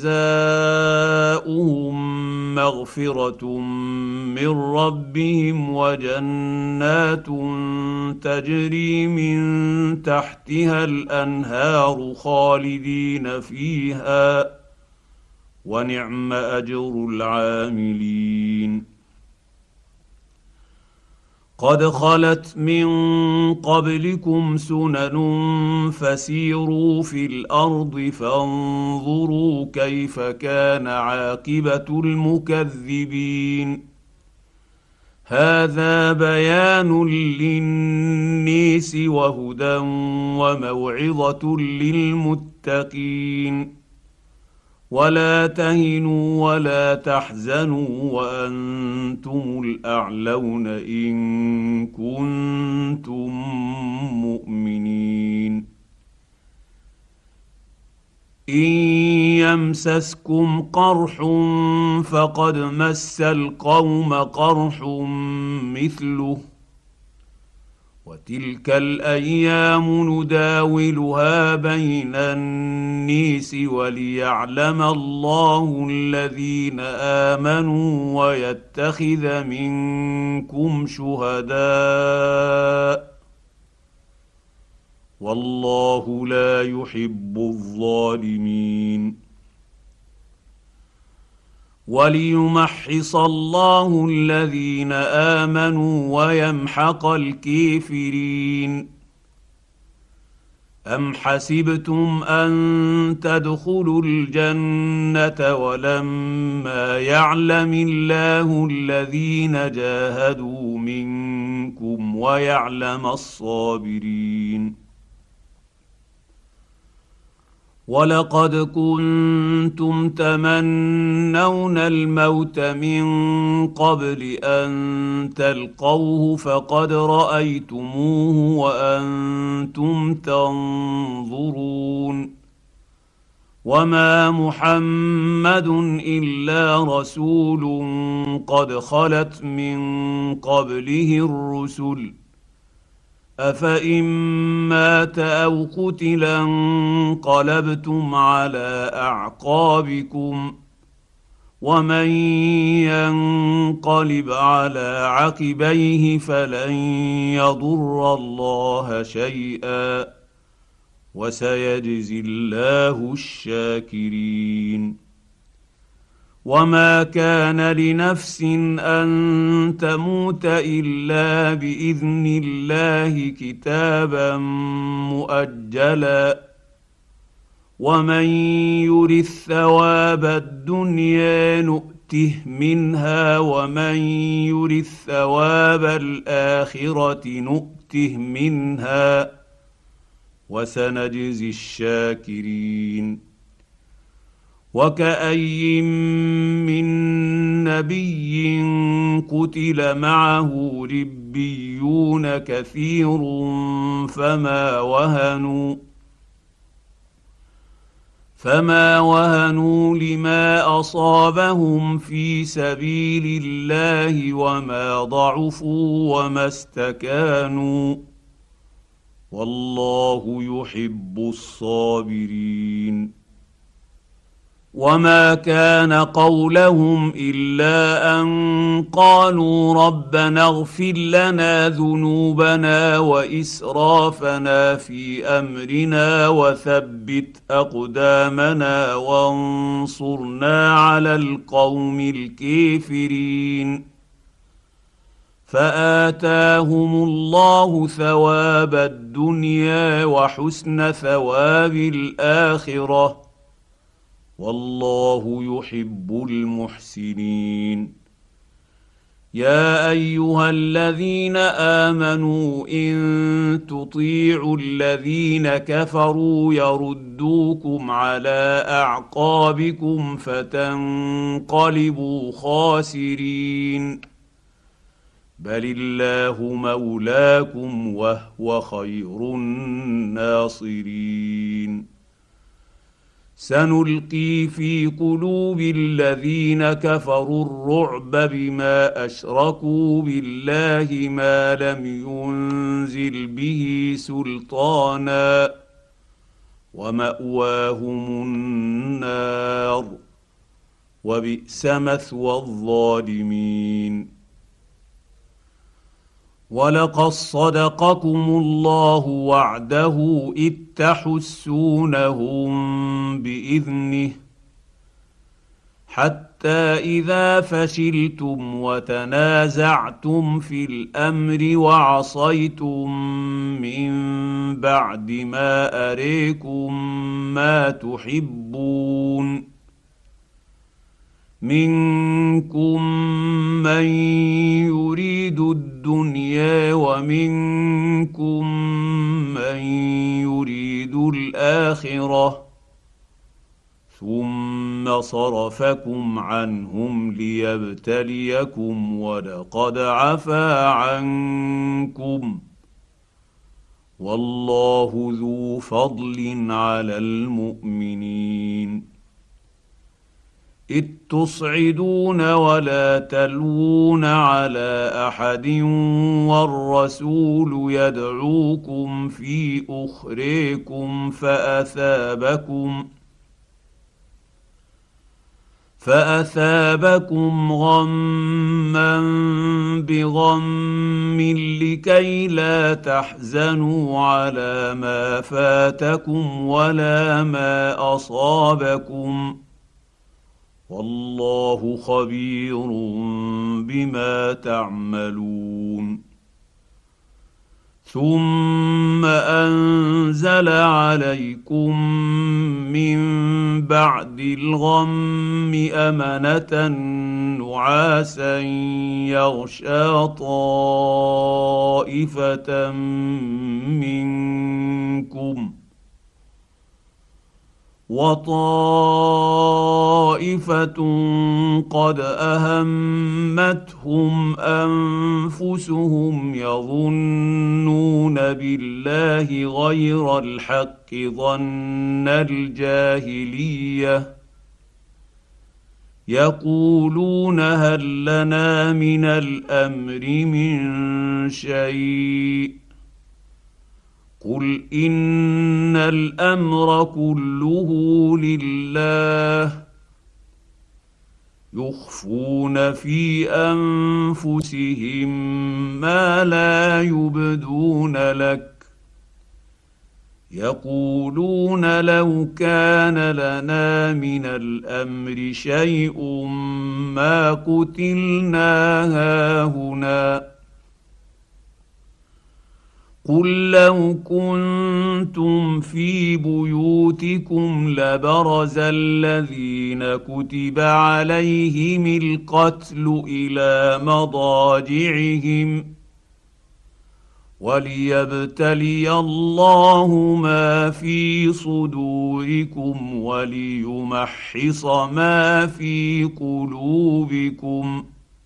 جزاؤهم مغفره من ربهم وجنات تجري من تحتها الانهار خالدين فيها ونعم اجر العاملين قد خلت من قبلكم سنن فسيروا في الارض فانظروا كيف كان عاقبه المكذبين هذا بيان للناس وهدى وموعظه للمتقين ولا تهنوا ولا تحزنوا وانتم الاعلون ان كنتم مؤمنين ان يمسسكم قرح فقد مس القوم قرح مثله وتلك الايام نداولها بين الناس وليعلم الله الذين امنوا ويتخذ منكم شهداء والله لا يحب الظالمين وليمحص الله الذين امنوا ويمحق الكافرين ام حسبتم ان تدخلوا الجنه ولما يعلم الله الذين جاهدوا منكم ويعلم الصابرين ولقد كنتم تمنون الموت من قبل ان تلقوه فقد رايتموه وانتم تنظرون وما محمد الا رسول قد خلت من قبله الرسل افان مات او قتلا انقلبتم على اعقابكم ومن ينقلب على عقبيه فلن يضر الله شيئا وسيجزي الله الشاكرين وما كان لنفس ان تموت الا باذن الله كتابا مؤجلا ومن يرث ثواب الدنيا نؤته منها ومن يرث ثواب الاخره نؤته منها وسنجزي الشاكرين وكأي من نبي قتل معه ربيون كثير فما وهنوا لما اصابهم في سبيل الله وما ضعفوا وما استكانوا والله يحب الصابرين وما كان قولهم الا ان قالوا ربنا اغفر لنا ذنوبنا واسرافنا في امرنا وثبت اقدامنا وانصرنا على القوم الكافرين فاتاهم الله ثواب الدنيا وحسن ثواب الاخره والله يحب المحسنين يا ايها الذين امنوا ان تطيعوا الذين كفروا يردوكم على اعقابكم فتنقلبوا خاسرين بل الله مولاكم وهو خير الناصرين سنلقي في قلوب الذين كفروا الرعب بما اشركوا بالله ما لم ينزل به سلطانا وماواهم النار وبئس مثوى الظالمين ولقد صدقكم الله وعده اذ تحسونهم باذنه حتى اذا فشلتم وتنازعتم في الامر وعصيتم من بعد ما اريكم ما تحبون منكم من يريد الدنيا ومنكم من يريد الاخره ثم صرفكم عنهم ليبتليكم ولقد عفا عنكم والله ذو فضل على المؤمنين اذ تصعدون ولا تلوون على احد والرسول يدعوكم في اخريكم فاثابكم غما بغم لكي لا تحزنوا على ما فاتكم ولا ما اصابكم والله خبير بما تعملون ثم انزل عليكم من بعد الغم امنه نعاسا يغشى طائفه منكم وطائفه قد اهمتهم انفسهم يظنون بالله غير الحق ظن الجاهليه يقولون هل لنا من الامر من شيء قل ان الامر كله لله يخفون في انفسهم ما لا يبدون لك يقولون لو كان لنا من الامر شيء ما قتلنا هاهنا قل لو كنتم في بيوتكم لبرز الذين كتب عليهم القتل الى مضاجعهم وليبتلي الله ما في صدوركم وليمحص ما في قلوبكم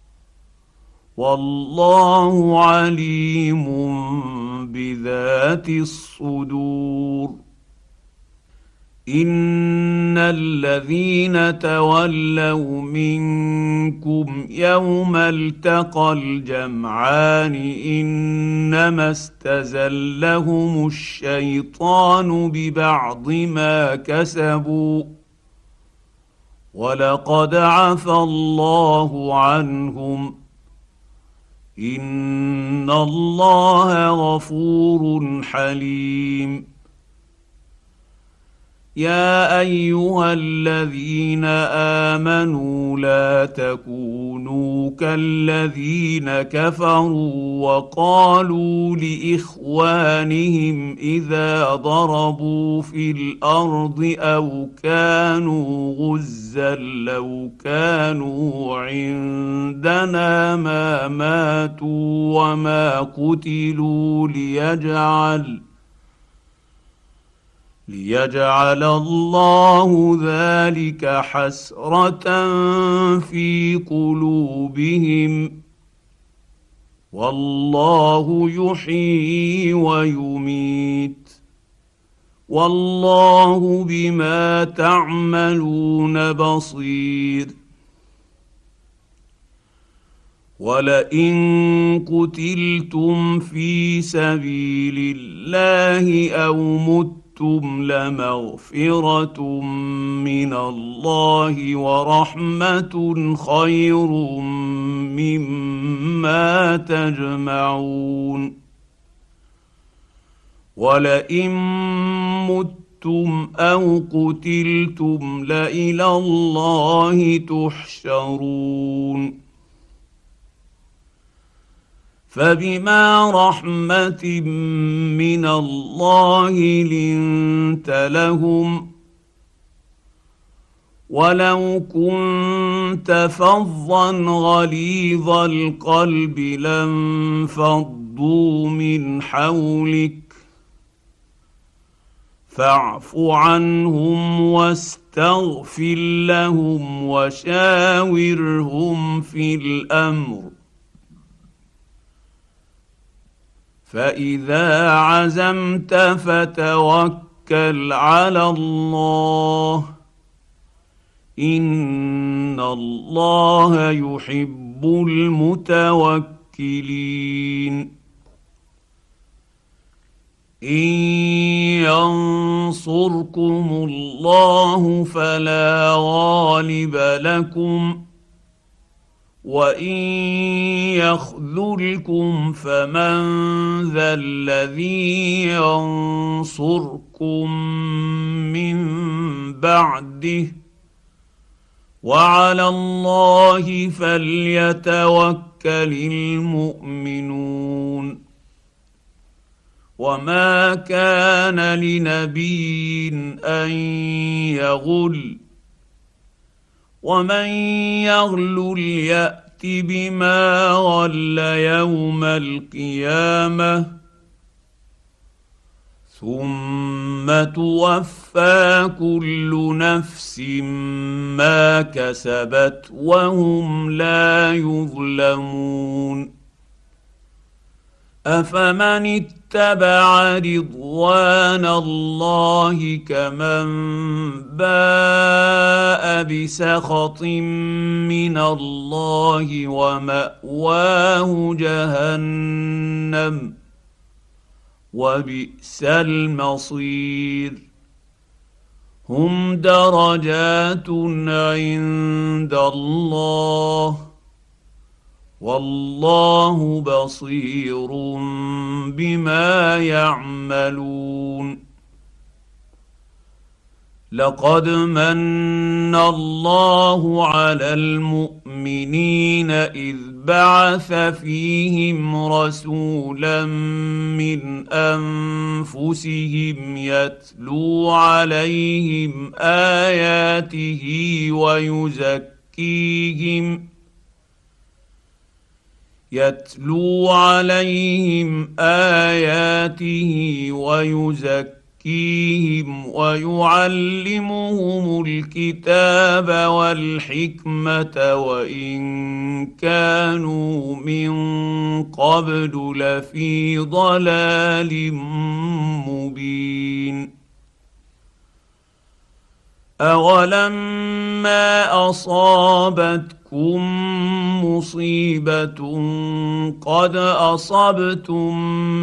والله عليم بذات الصدور ان الذين تولوا منكم يوم التقى الجمعان انما استزلهم الشيطان ببعض ما كسبوا ولقد عفى الله عنهم ان الله غفور حليم. يا ايها الذين امنوا لا تكونوا كالذين كفروا وقالوا لاخوانهم اذا ضربوا في الارض او كانوا غزا لو كانوا عندنا ما ماتوا وما قتلوا ليجعل الله ذلك حسرة في قلوبهم والله يحيي ويميت والله بما تعملون بصير. ولئن قتلتم في سبيل الله او متم لمغفرة من الله ورحمة خير مما تجمعون. ولئن متم أو قتلتم لإلى الله تحشرون. فبما رحمة من الله لنت لهم ولو كنت فظا غليظ القلب لانفضوا من حولك فاعف عنهم واستغفر لهم وشاورهم في الأمر فإذا عزمت فتوكل على الله إن الله يحب المتوكلين. إن ينصركم الله فلا غالب لكم وان يخذلكم فمن ذا الذي ينصركم من بعده وعلى الله فليتوكل المؤمنون. وما كان لنبي ان يغل ومن يغلل يأت بما غل يوم القيامة ثم توفى كل نفس ما كسبت وهم لا يظلمون. أفمن اتبع رضوان الله كمن باء بسخط من الله ومأواه جهنم وبئس المصير. هم درجات عند الله والله بصير بما يعملون. لقد من الله على المؤمنين إذ بعث فيهم رسولا من أنفسهم يتلو عليهم آياته ويزكيهم ويعلمهم الكتاب والحكمة وإن كانوا من قبل لفي ضلال مبين. أولما أصابتكم مصيبة قد أصبتم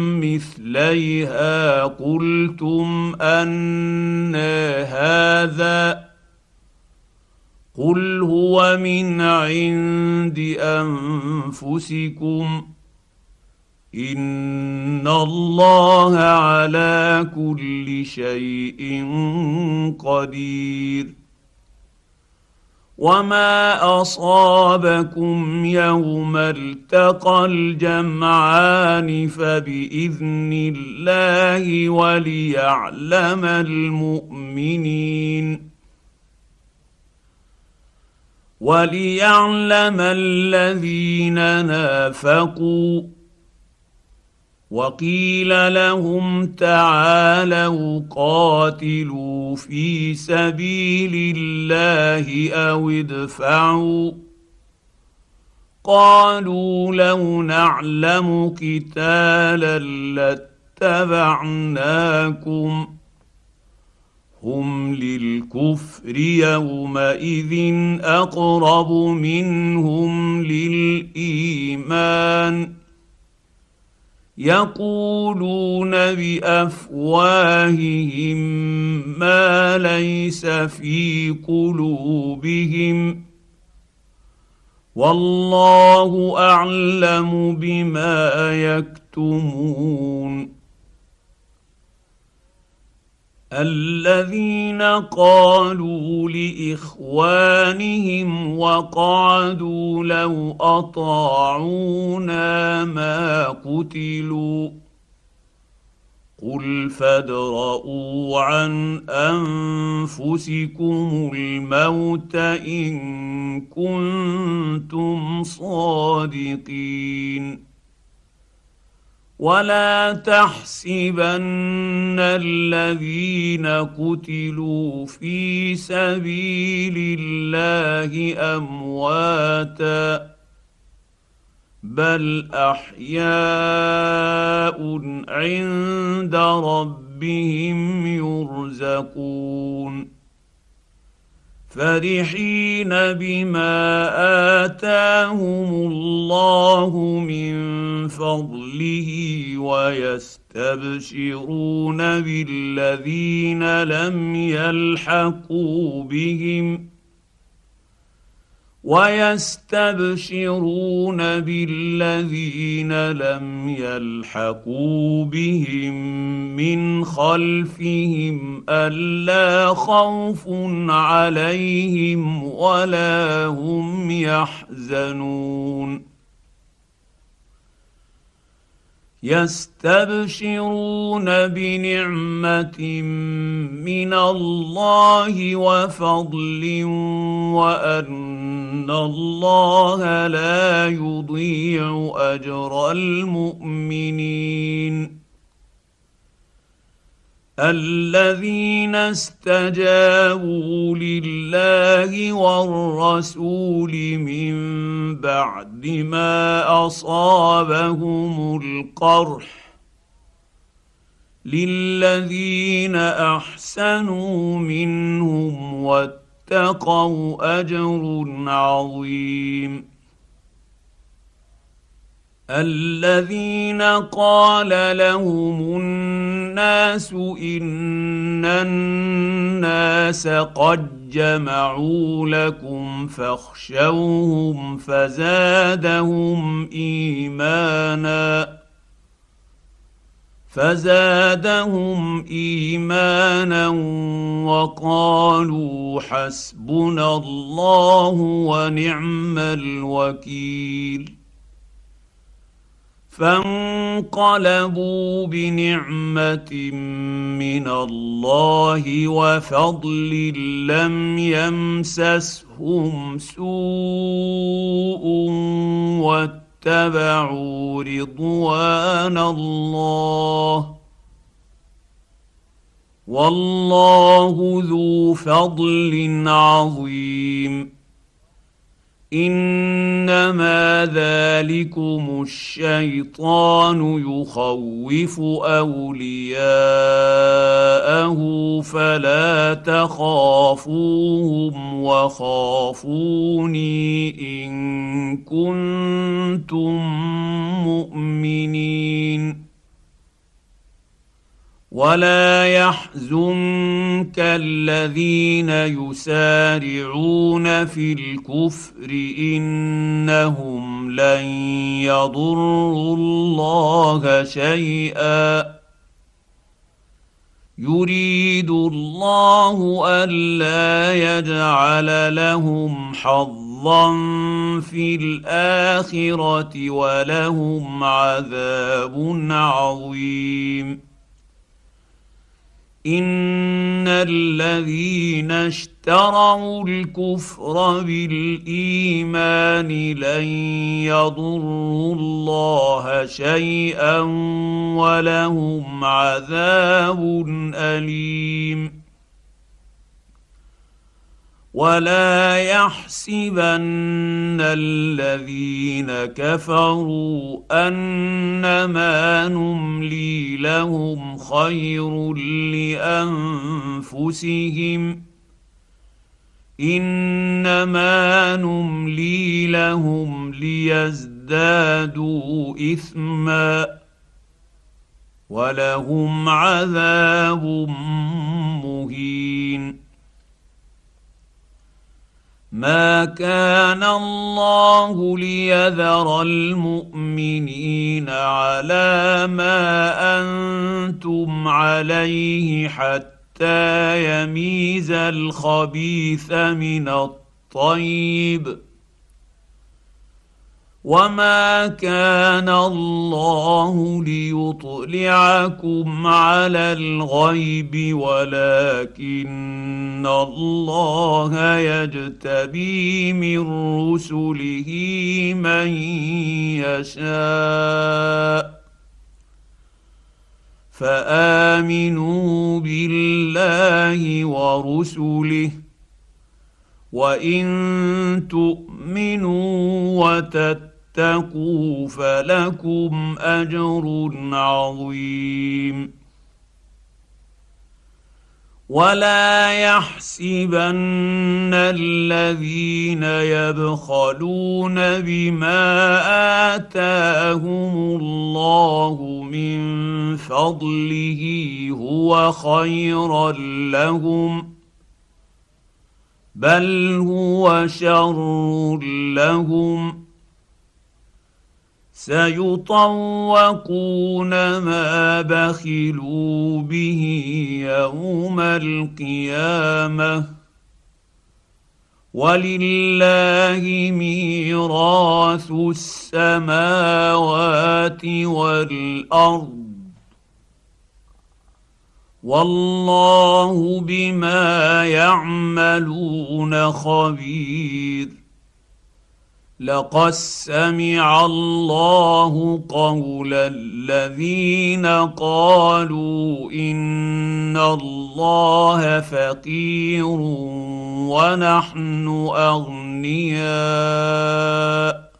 مثليها قلتم أنى هذا قل هو من عند انفسكم ان الله على كل شيء قدير. وما اصابكم يوم التقى الجمعان فباذن الله وليعلم الذين نافقوا. وقيل لهم تعالوا قاتلوا في سبيل الله او ادفعوا قالوا لو نعلم قتالا لاتبعناكم هم للكفر يومئذ اقرب منهم للايمان يقولون بافواههم ما ليس في قلوبهم والله اعلم بما يكتمون. الذين قالوا لاخوانهم وقعدوا لو اطاعونا ما قتلوا قل فادرءوا عن انفسكم الموت ان كنتم صادقين. ولا تحسبن الذين قتلوا في سبيل الله امواتا بل احياء عند ربهم يرزقون فرحين بما اتاهم الله من فضله ويستبشرون بالذين لم يلحقوا بهم من خلفهم ألا خوف عليهم ولا هم يحزنون. يستبشرون بنعمة من الله وفضل وأن الله لا يضيع أجر المؤمنين. الذين استجابوا لله والرسول من بعد ما اصابهم القرح للذين احسنوا منهم واتقوا اجر عظيم. الذين قال لهم الناس ان الناس قد جمعوا لكم فاخشوهم فزادهم ايمانا وقالوا حسبنا الله ونعم الوكيل. فانقلبوا بنعمة من الله وفضل لم يمسسهم سوء واتبعوا رضوان الله والله ذو فضل عظيم. انما ذلكم الشيطان يخوف اولياءه فلا تخافوهم وخافوني ان كنتم مؤمنين. ولا يحزنك الذين يسارعون في الكفر انهم لن يضروا الله شيئا يريد الله الا يجعل لهم حظا في الاخره ولهم عذاب عظيم ان الذين اشتروا الكفر بالايمان لن يضروا الله شيئا ولهم عذاب اليم ولا يحسبن الذين كفروا انما نملي لهم خير لانفسهم انما نملي لهم ليزدادوا اثما ولهم عذاب مهين ما كان الله ليذر المؤمنين على ما انتم عليه حتى يميز الخبيث من الطيب وما كان الله ليطلعكم على الغيب ولكن الله يجتبي من رسله من يشاء فآمنوا بالله ورسله وإن تؤمنوا وتتقوا فلكم أجر عظيم ولا يحسبن الذين يبخلون بما آتاهم الله من فضله هو خيرا لهم بل هو شر لهم سيطوقون ما بخلوا به يوم القيامه ولله ميراث السماوات والارض والله بما يعملون خبير لقد سمع الله قول الذين قالوا ان الله فقير ونحن اغنياء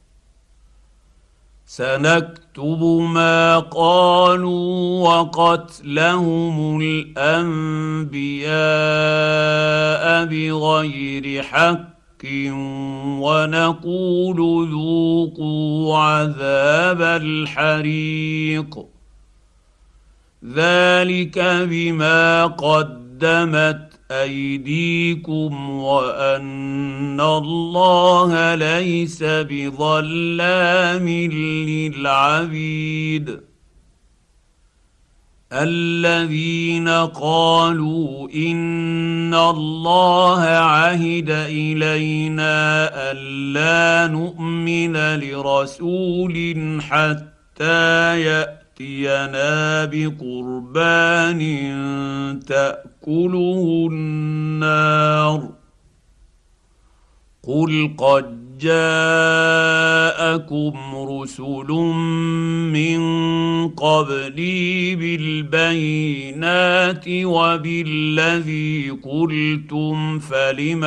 سنكتب ما قالوا وقتلهم الانبياء بغير حق ونقول ذوقوا عذاب الحريق ذلك بما قدمت ايديكم وان الله ليس بظلام للعبيد الذين قالوا ان الله عهد الينا الا نؤمن لرسول حتى ياتينا بقربان تاكله النار قل قد جاءكم رسل من قبلي بالبينات وبالذي قلتم فلم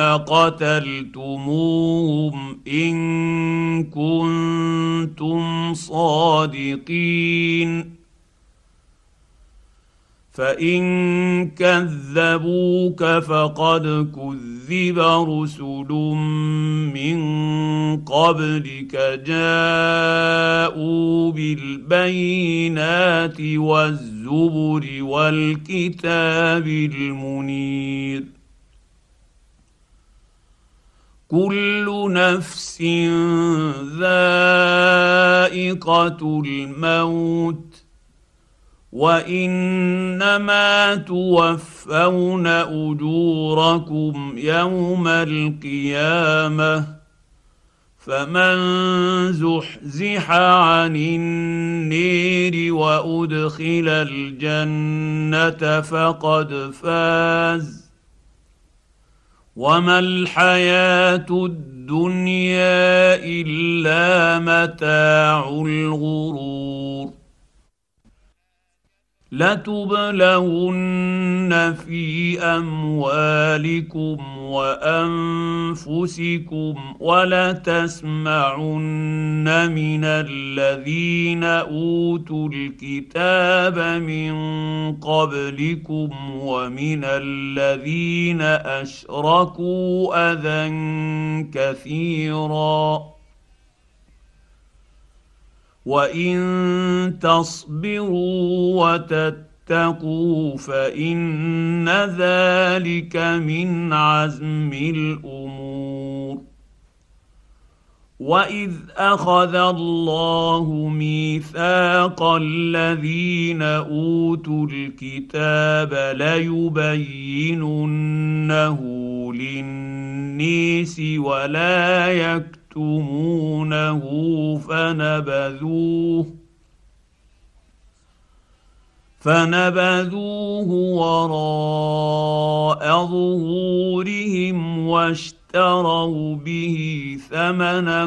قتلتموهم ان كنتم صادقين فان كذبوك فقد كذب رسل من قبلك جاءوا بالبينات والزبر والزبر والكتاب المنير كل نفس ذائقة الموت وإنما توفون أجوركم يوم القيامة فمن زحزح عن النير وأدخل الجنة فقد فاز وما الحياة الدنيا إلا متاع الغرور لتبلون في أموالكم وأنفسكم ولتسمعن من الذين أوتوا الكتاب من قبلكم ومن الذين أشركوا أذى كثيرا وإن تصبروا وتتقوا فإن ذلك من عزم الأمور وإذ أخذ الله ميثاق الذين أوتوا الكتاب ليبيننه للناس ولا يكتمونه فنبذوه وراء ظهورهم واشتروا به ثمنا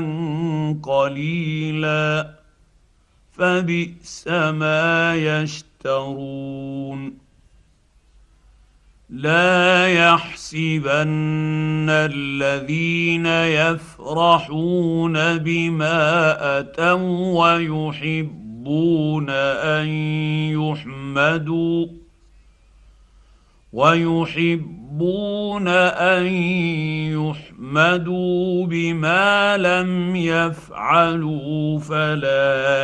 قليلا فبئس ما يشترون لا يحسبن الذين يفرحون بما أتوا ويحبون أن يحمدوا بما لم يفعلوا فلا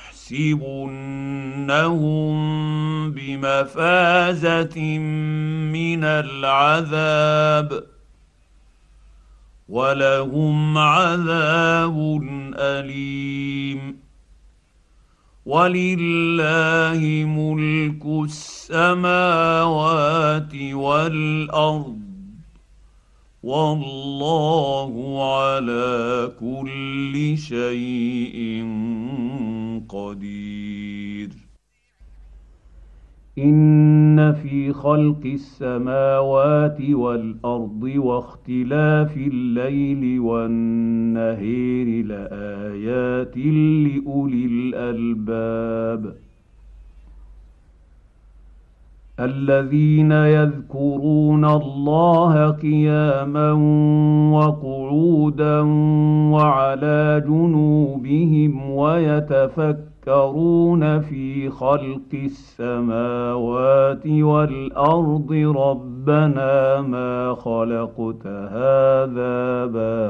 يحسبنهم بمفازة من العذاب ولهم عذاب أليم ولله ملك السماوات والأرض والله على كل شيء قدير إن في خلق السماوات والأرض واختلاف الليل والنهار لآيات لأولي الألباب الذين يذكرون الله قياما وقعودا وعلى جنوبهم ويتفكرون في خلق السماوات والأرض ربنا ما خلقت هذا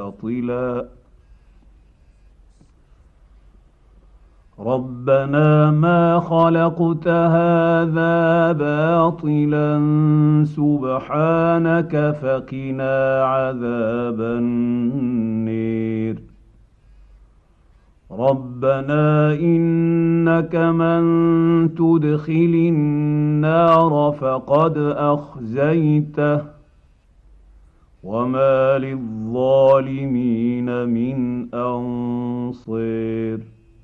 باطلا سبحانك فقنا عذاب النير ربنا إنك من تدخل النار فقد أخزيته وما للظالمين من أنصير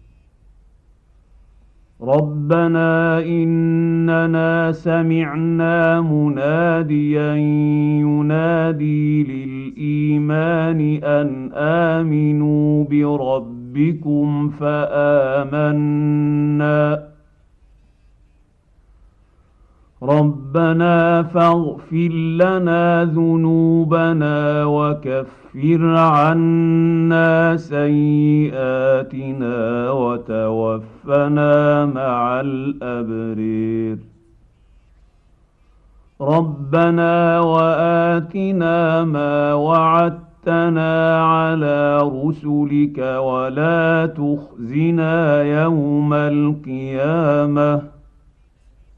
ربنا إننا سمعنا مناديا ينادي للإيمان أن آمنوا بربكم فآمنا ربنا فاغفر لنا ذنوبنا وكفر عنا سيئاتنا وتوفنا مع الأبرار ربنا وآتنا ما وعدتنا على رسلك ولا تخزنا يوم القيامة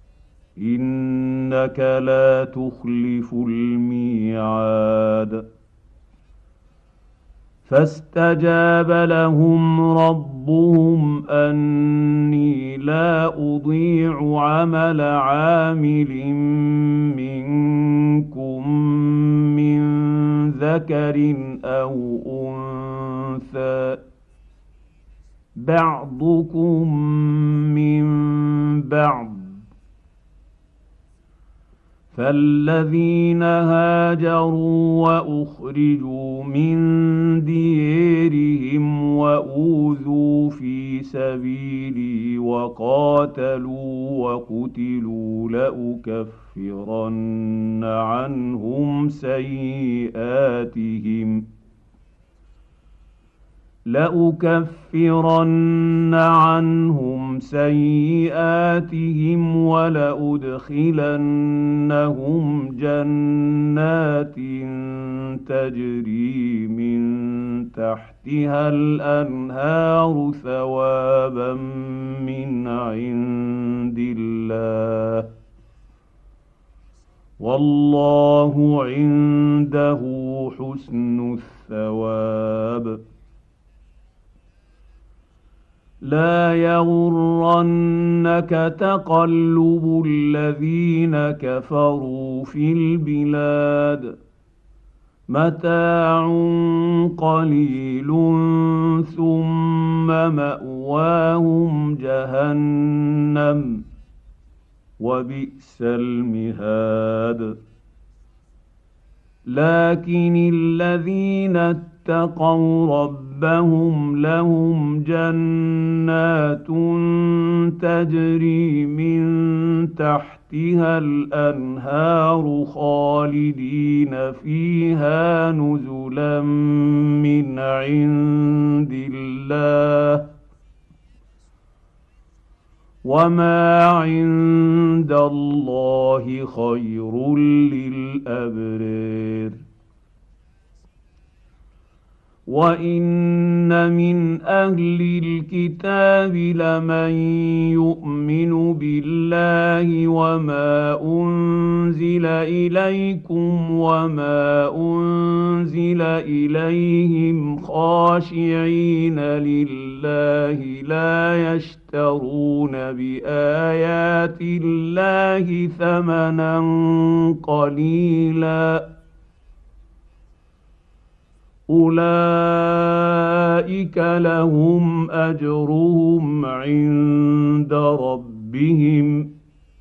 إنك لا تخلف الميعاد. فاستجاب لهم ربهم أني لا أضيع عمل عامل منكم من ذكر أو أنثى بعضكم من بعض، فالذين هاجروا وأخرجوا من ديرهم وأوذوا في سبيلي وقاتلوا وقتلوا لأكفرن عنهم سيئاتهم ولأدخلنهم جنات تجري من تحتها الأنهار ثوابا من عند الله، والله عنده حسن الثواب. لا يغرنك تقلب الذين كفروا في البلاد، متاع قليل ثم مأواهم جهنم وبئس المهاد. لكن الذين اتقوا ربهم لهم جنات تجري من تحتها الأنهار خالدين فيها نزلا من عند الله، وما عند الله خير للأبرار. وإن من أهل الكتاب لمن يؤمن بالله وما أنزل إليكم وما أنزل إليهم خاشعين لله لا يشترون بآيات الله ثمنا قليلا، أولئك لهم أجرهم عند ربهم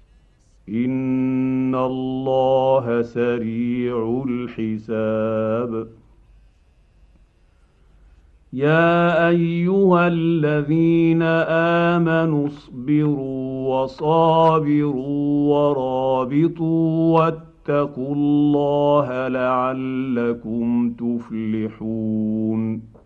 إن الله سريع الحساب. يا أيها الذين آمنوا اصبروا وصابروا ورابطوا واتقوا الله لعلكم تفلحون.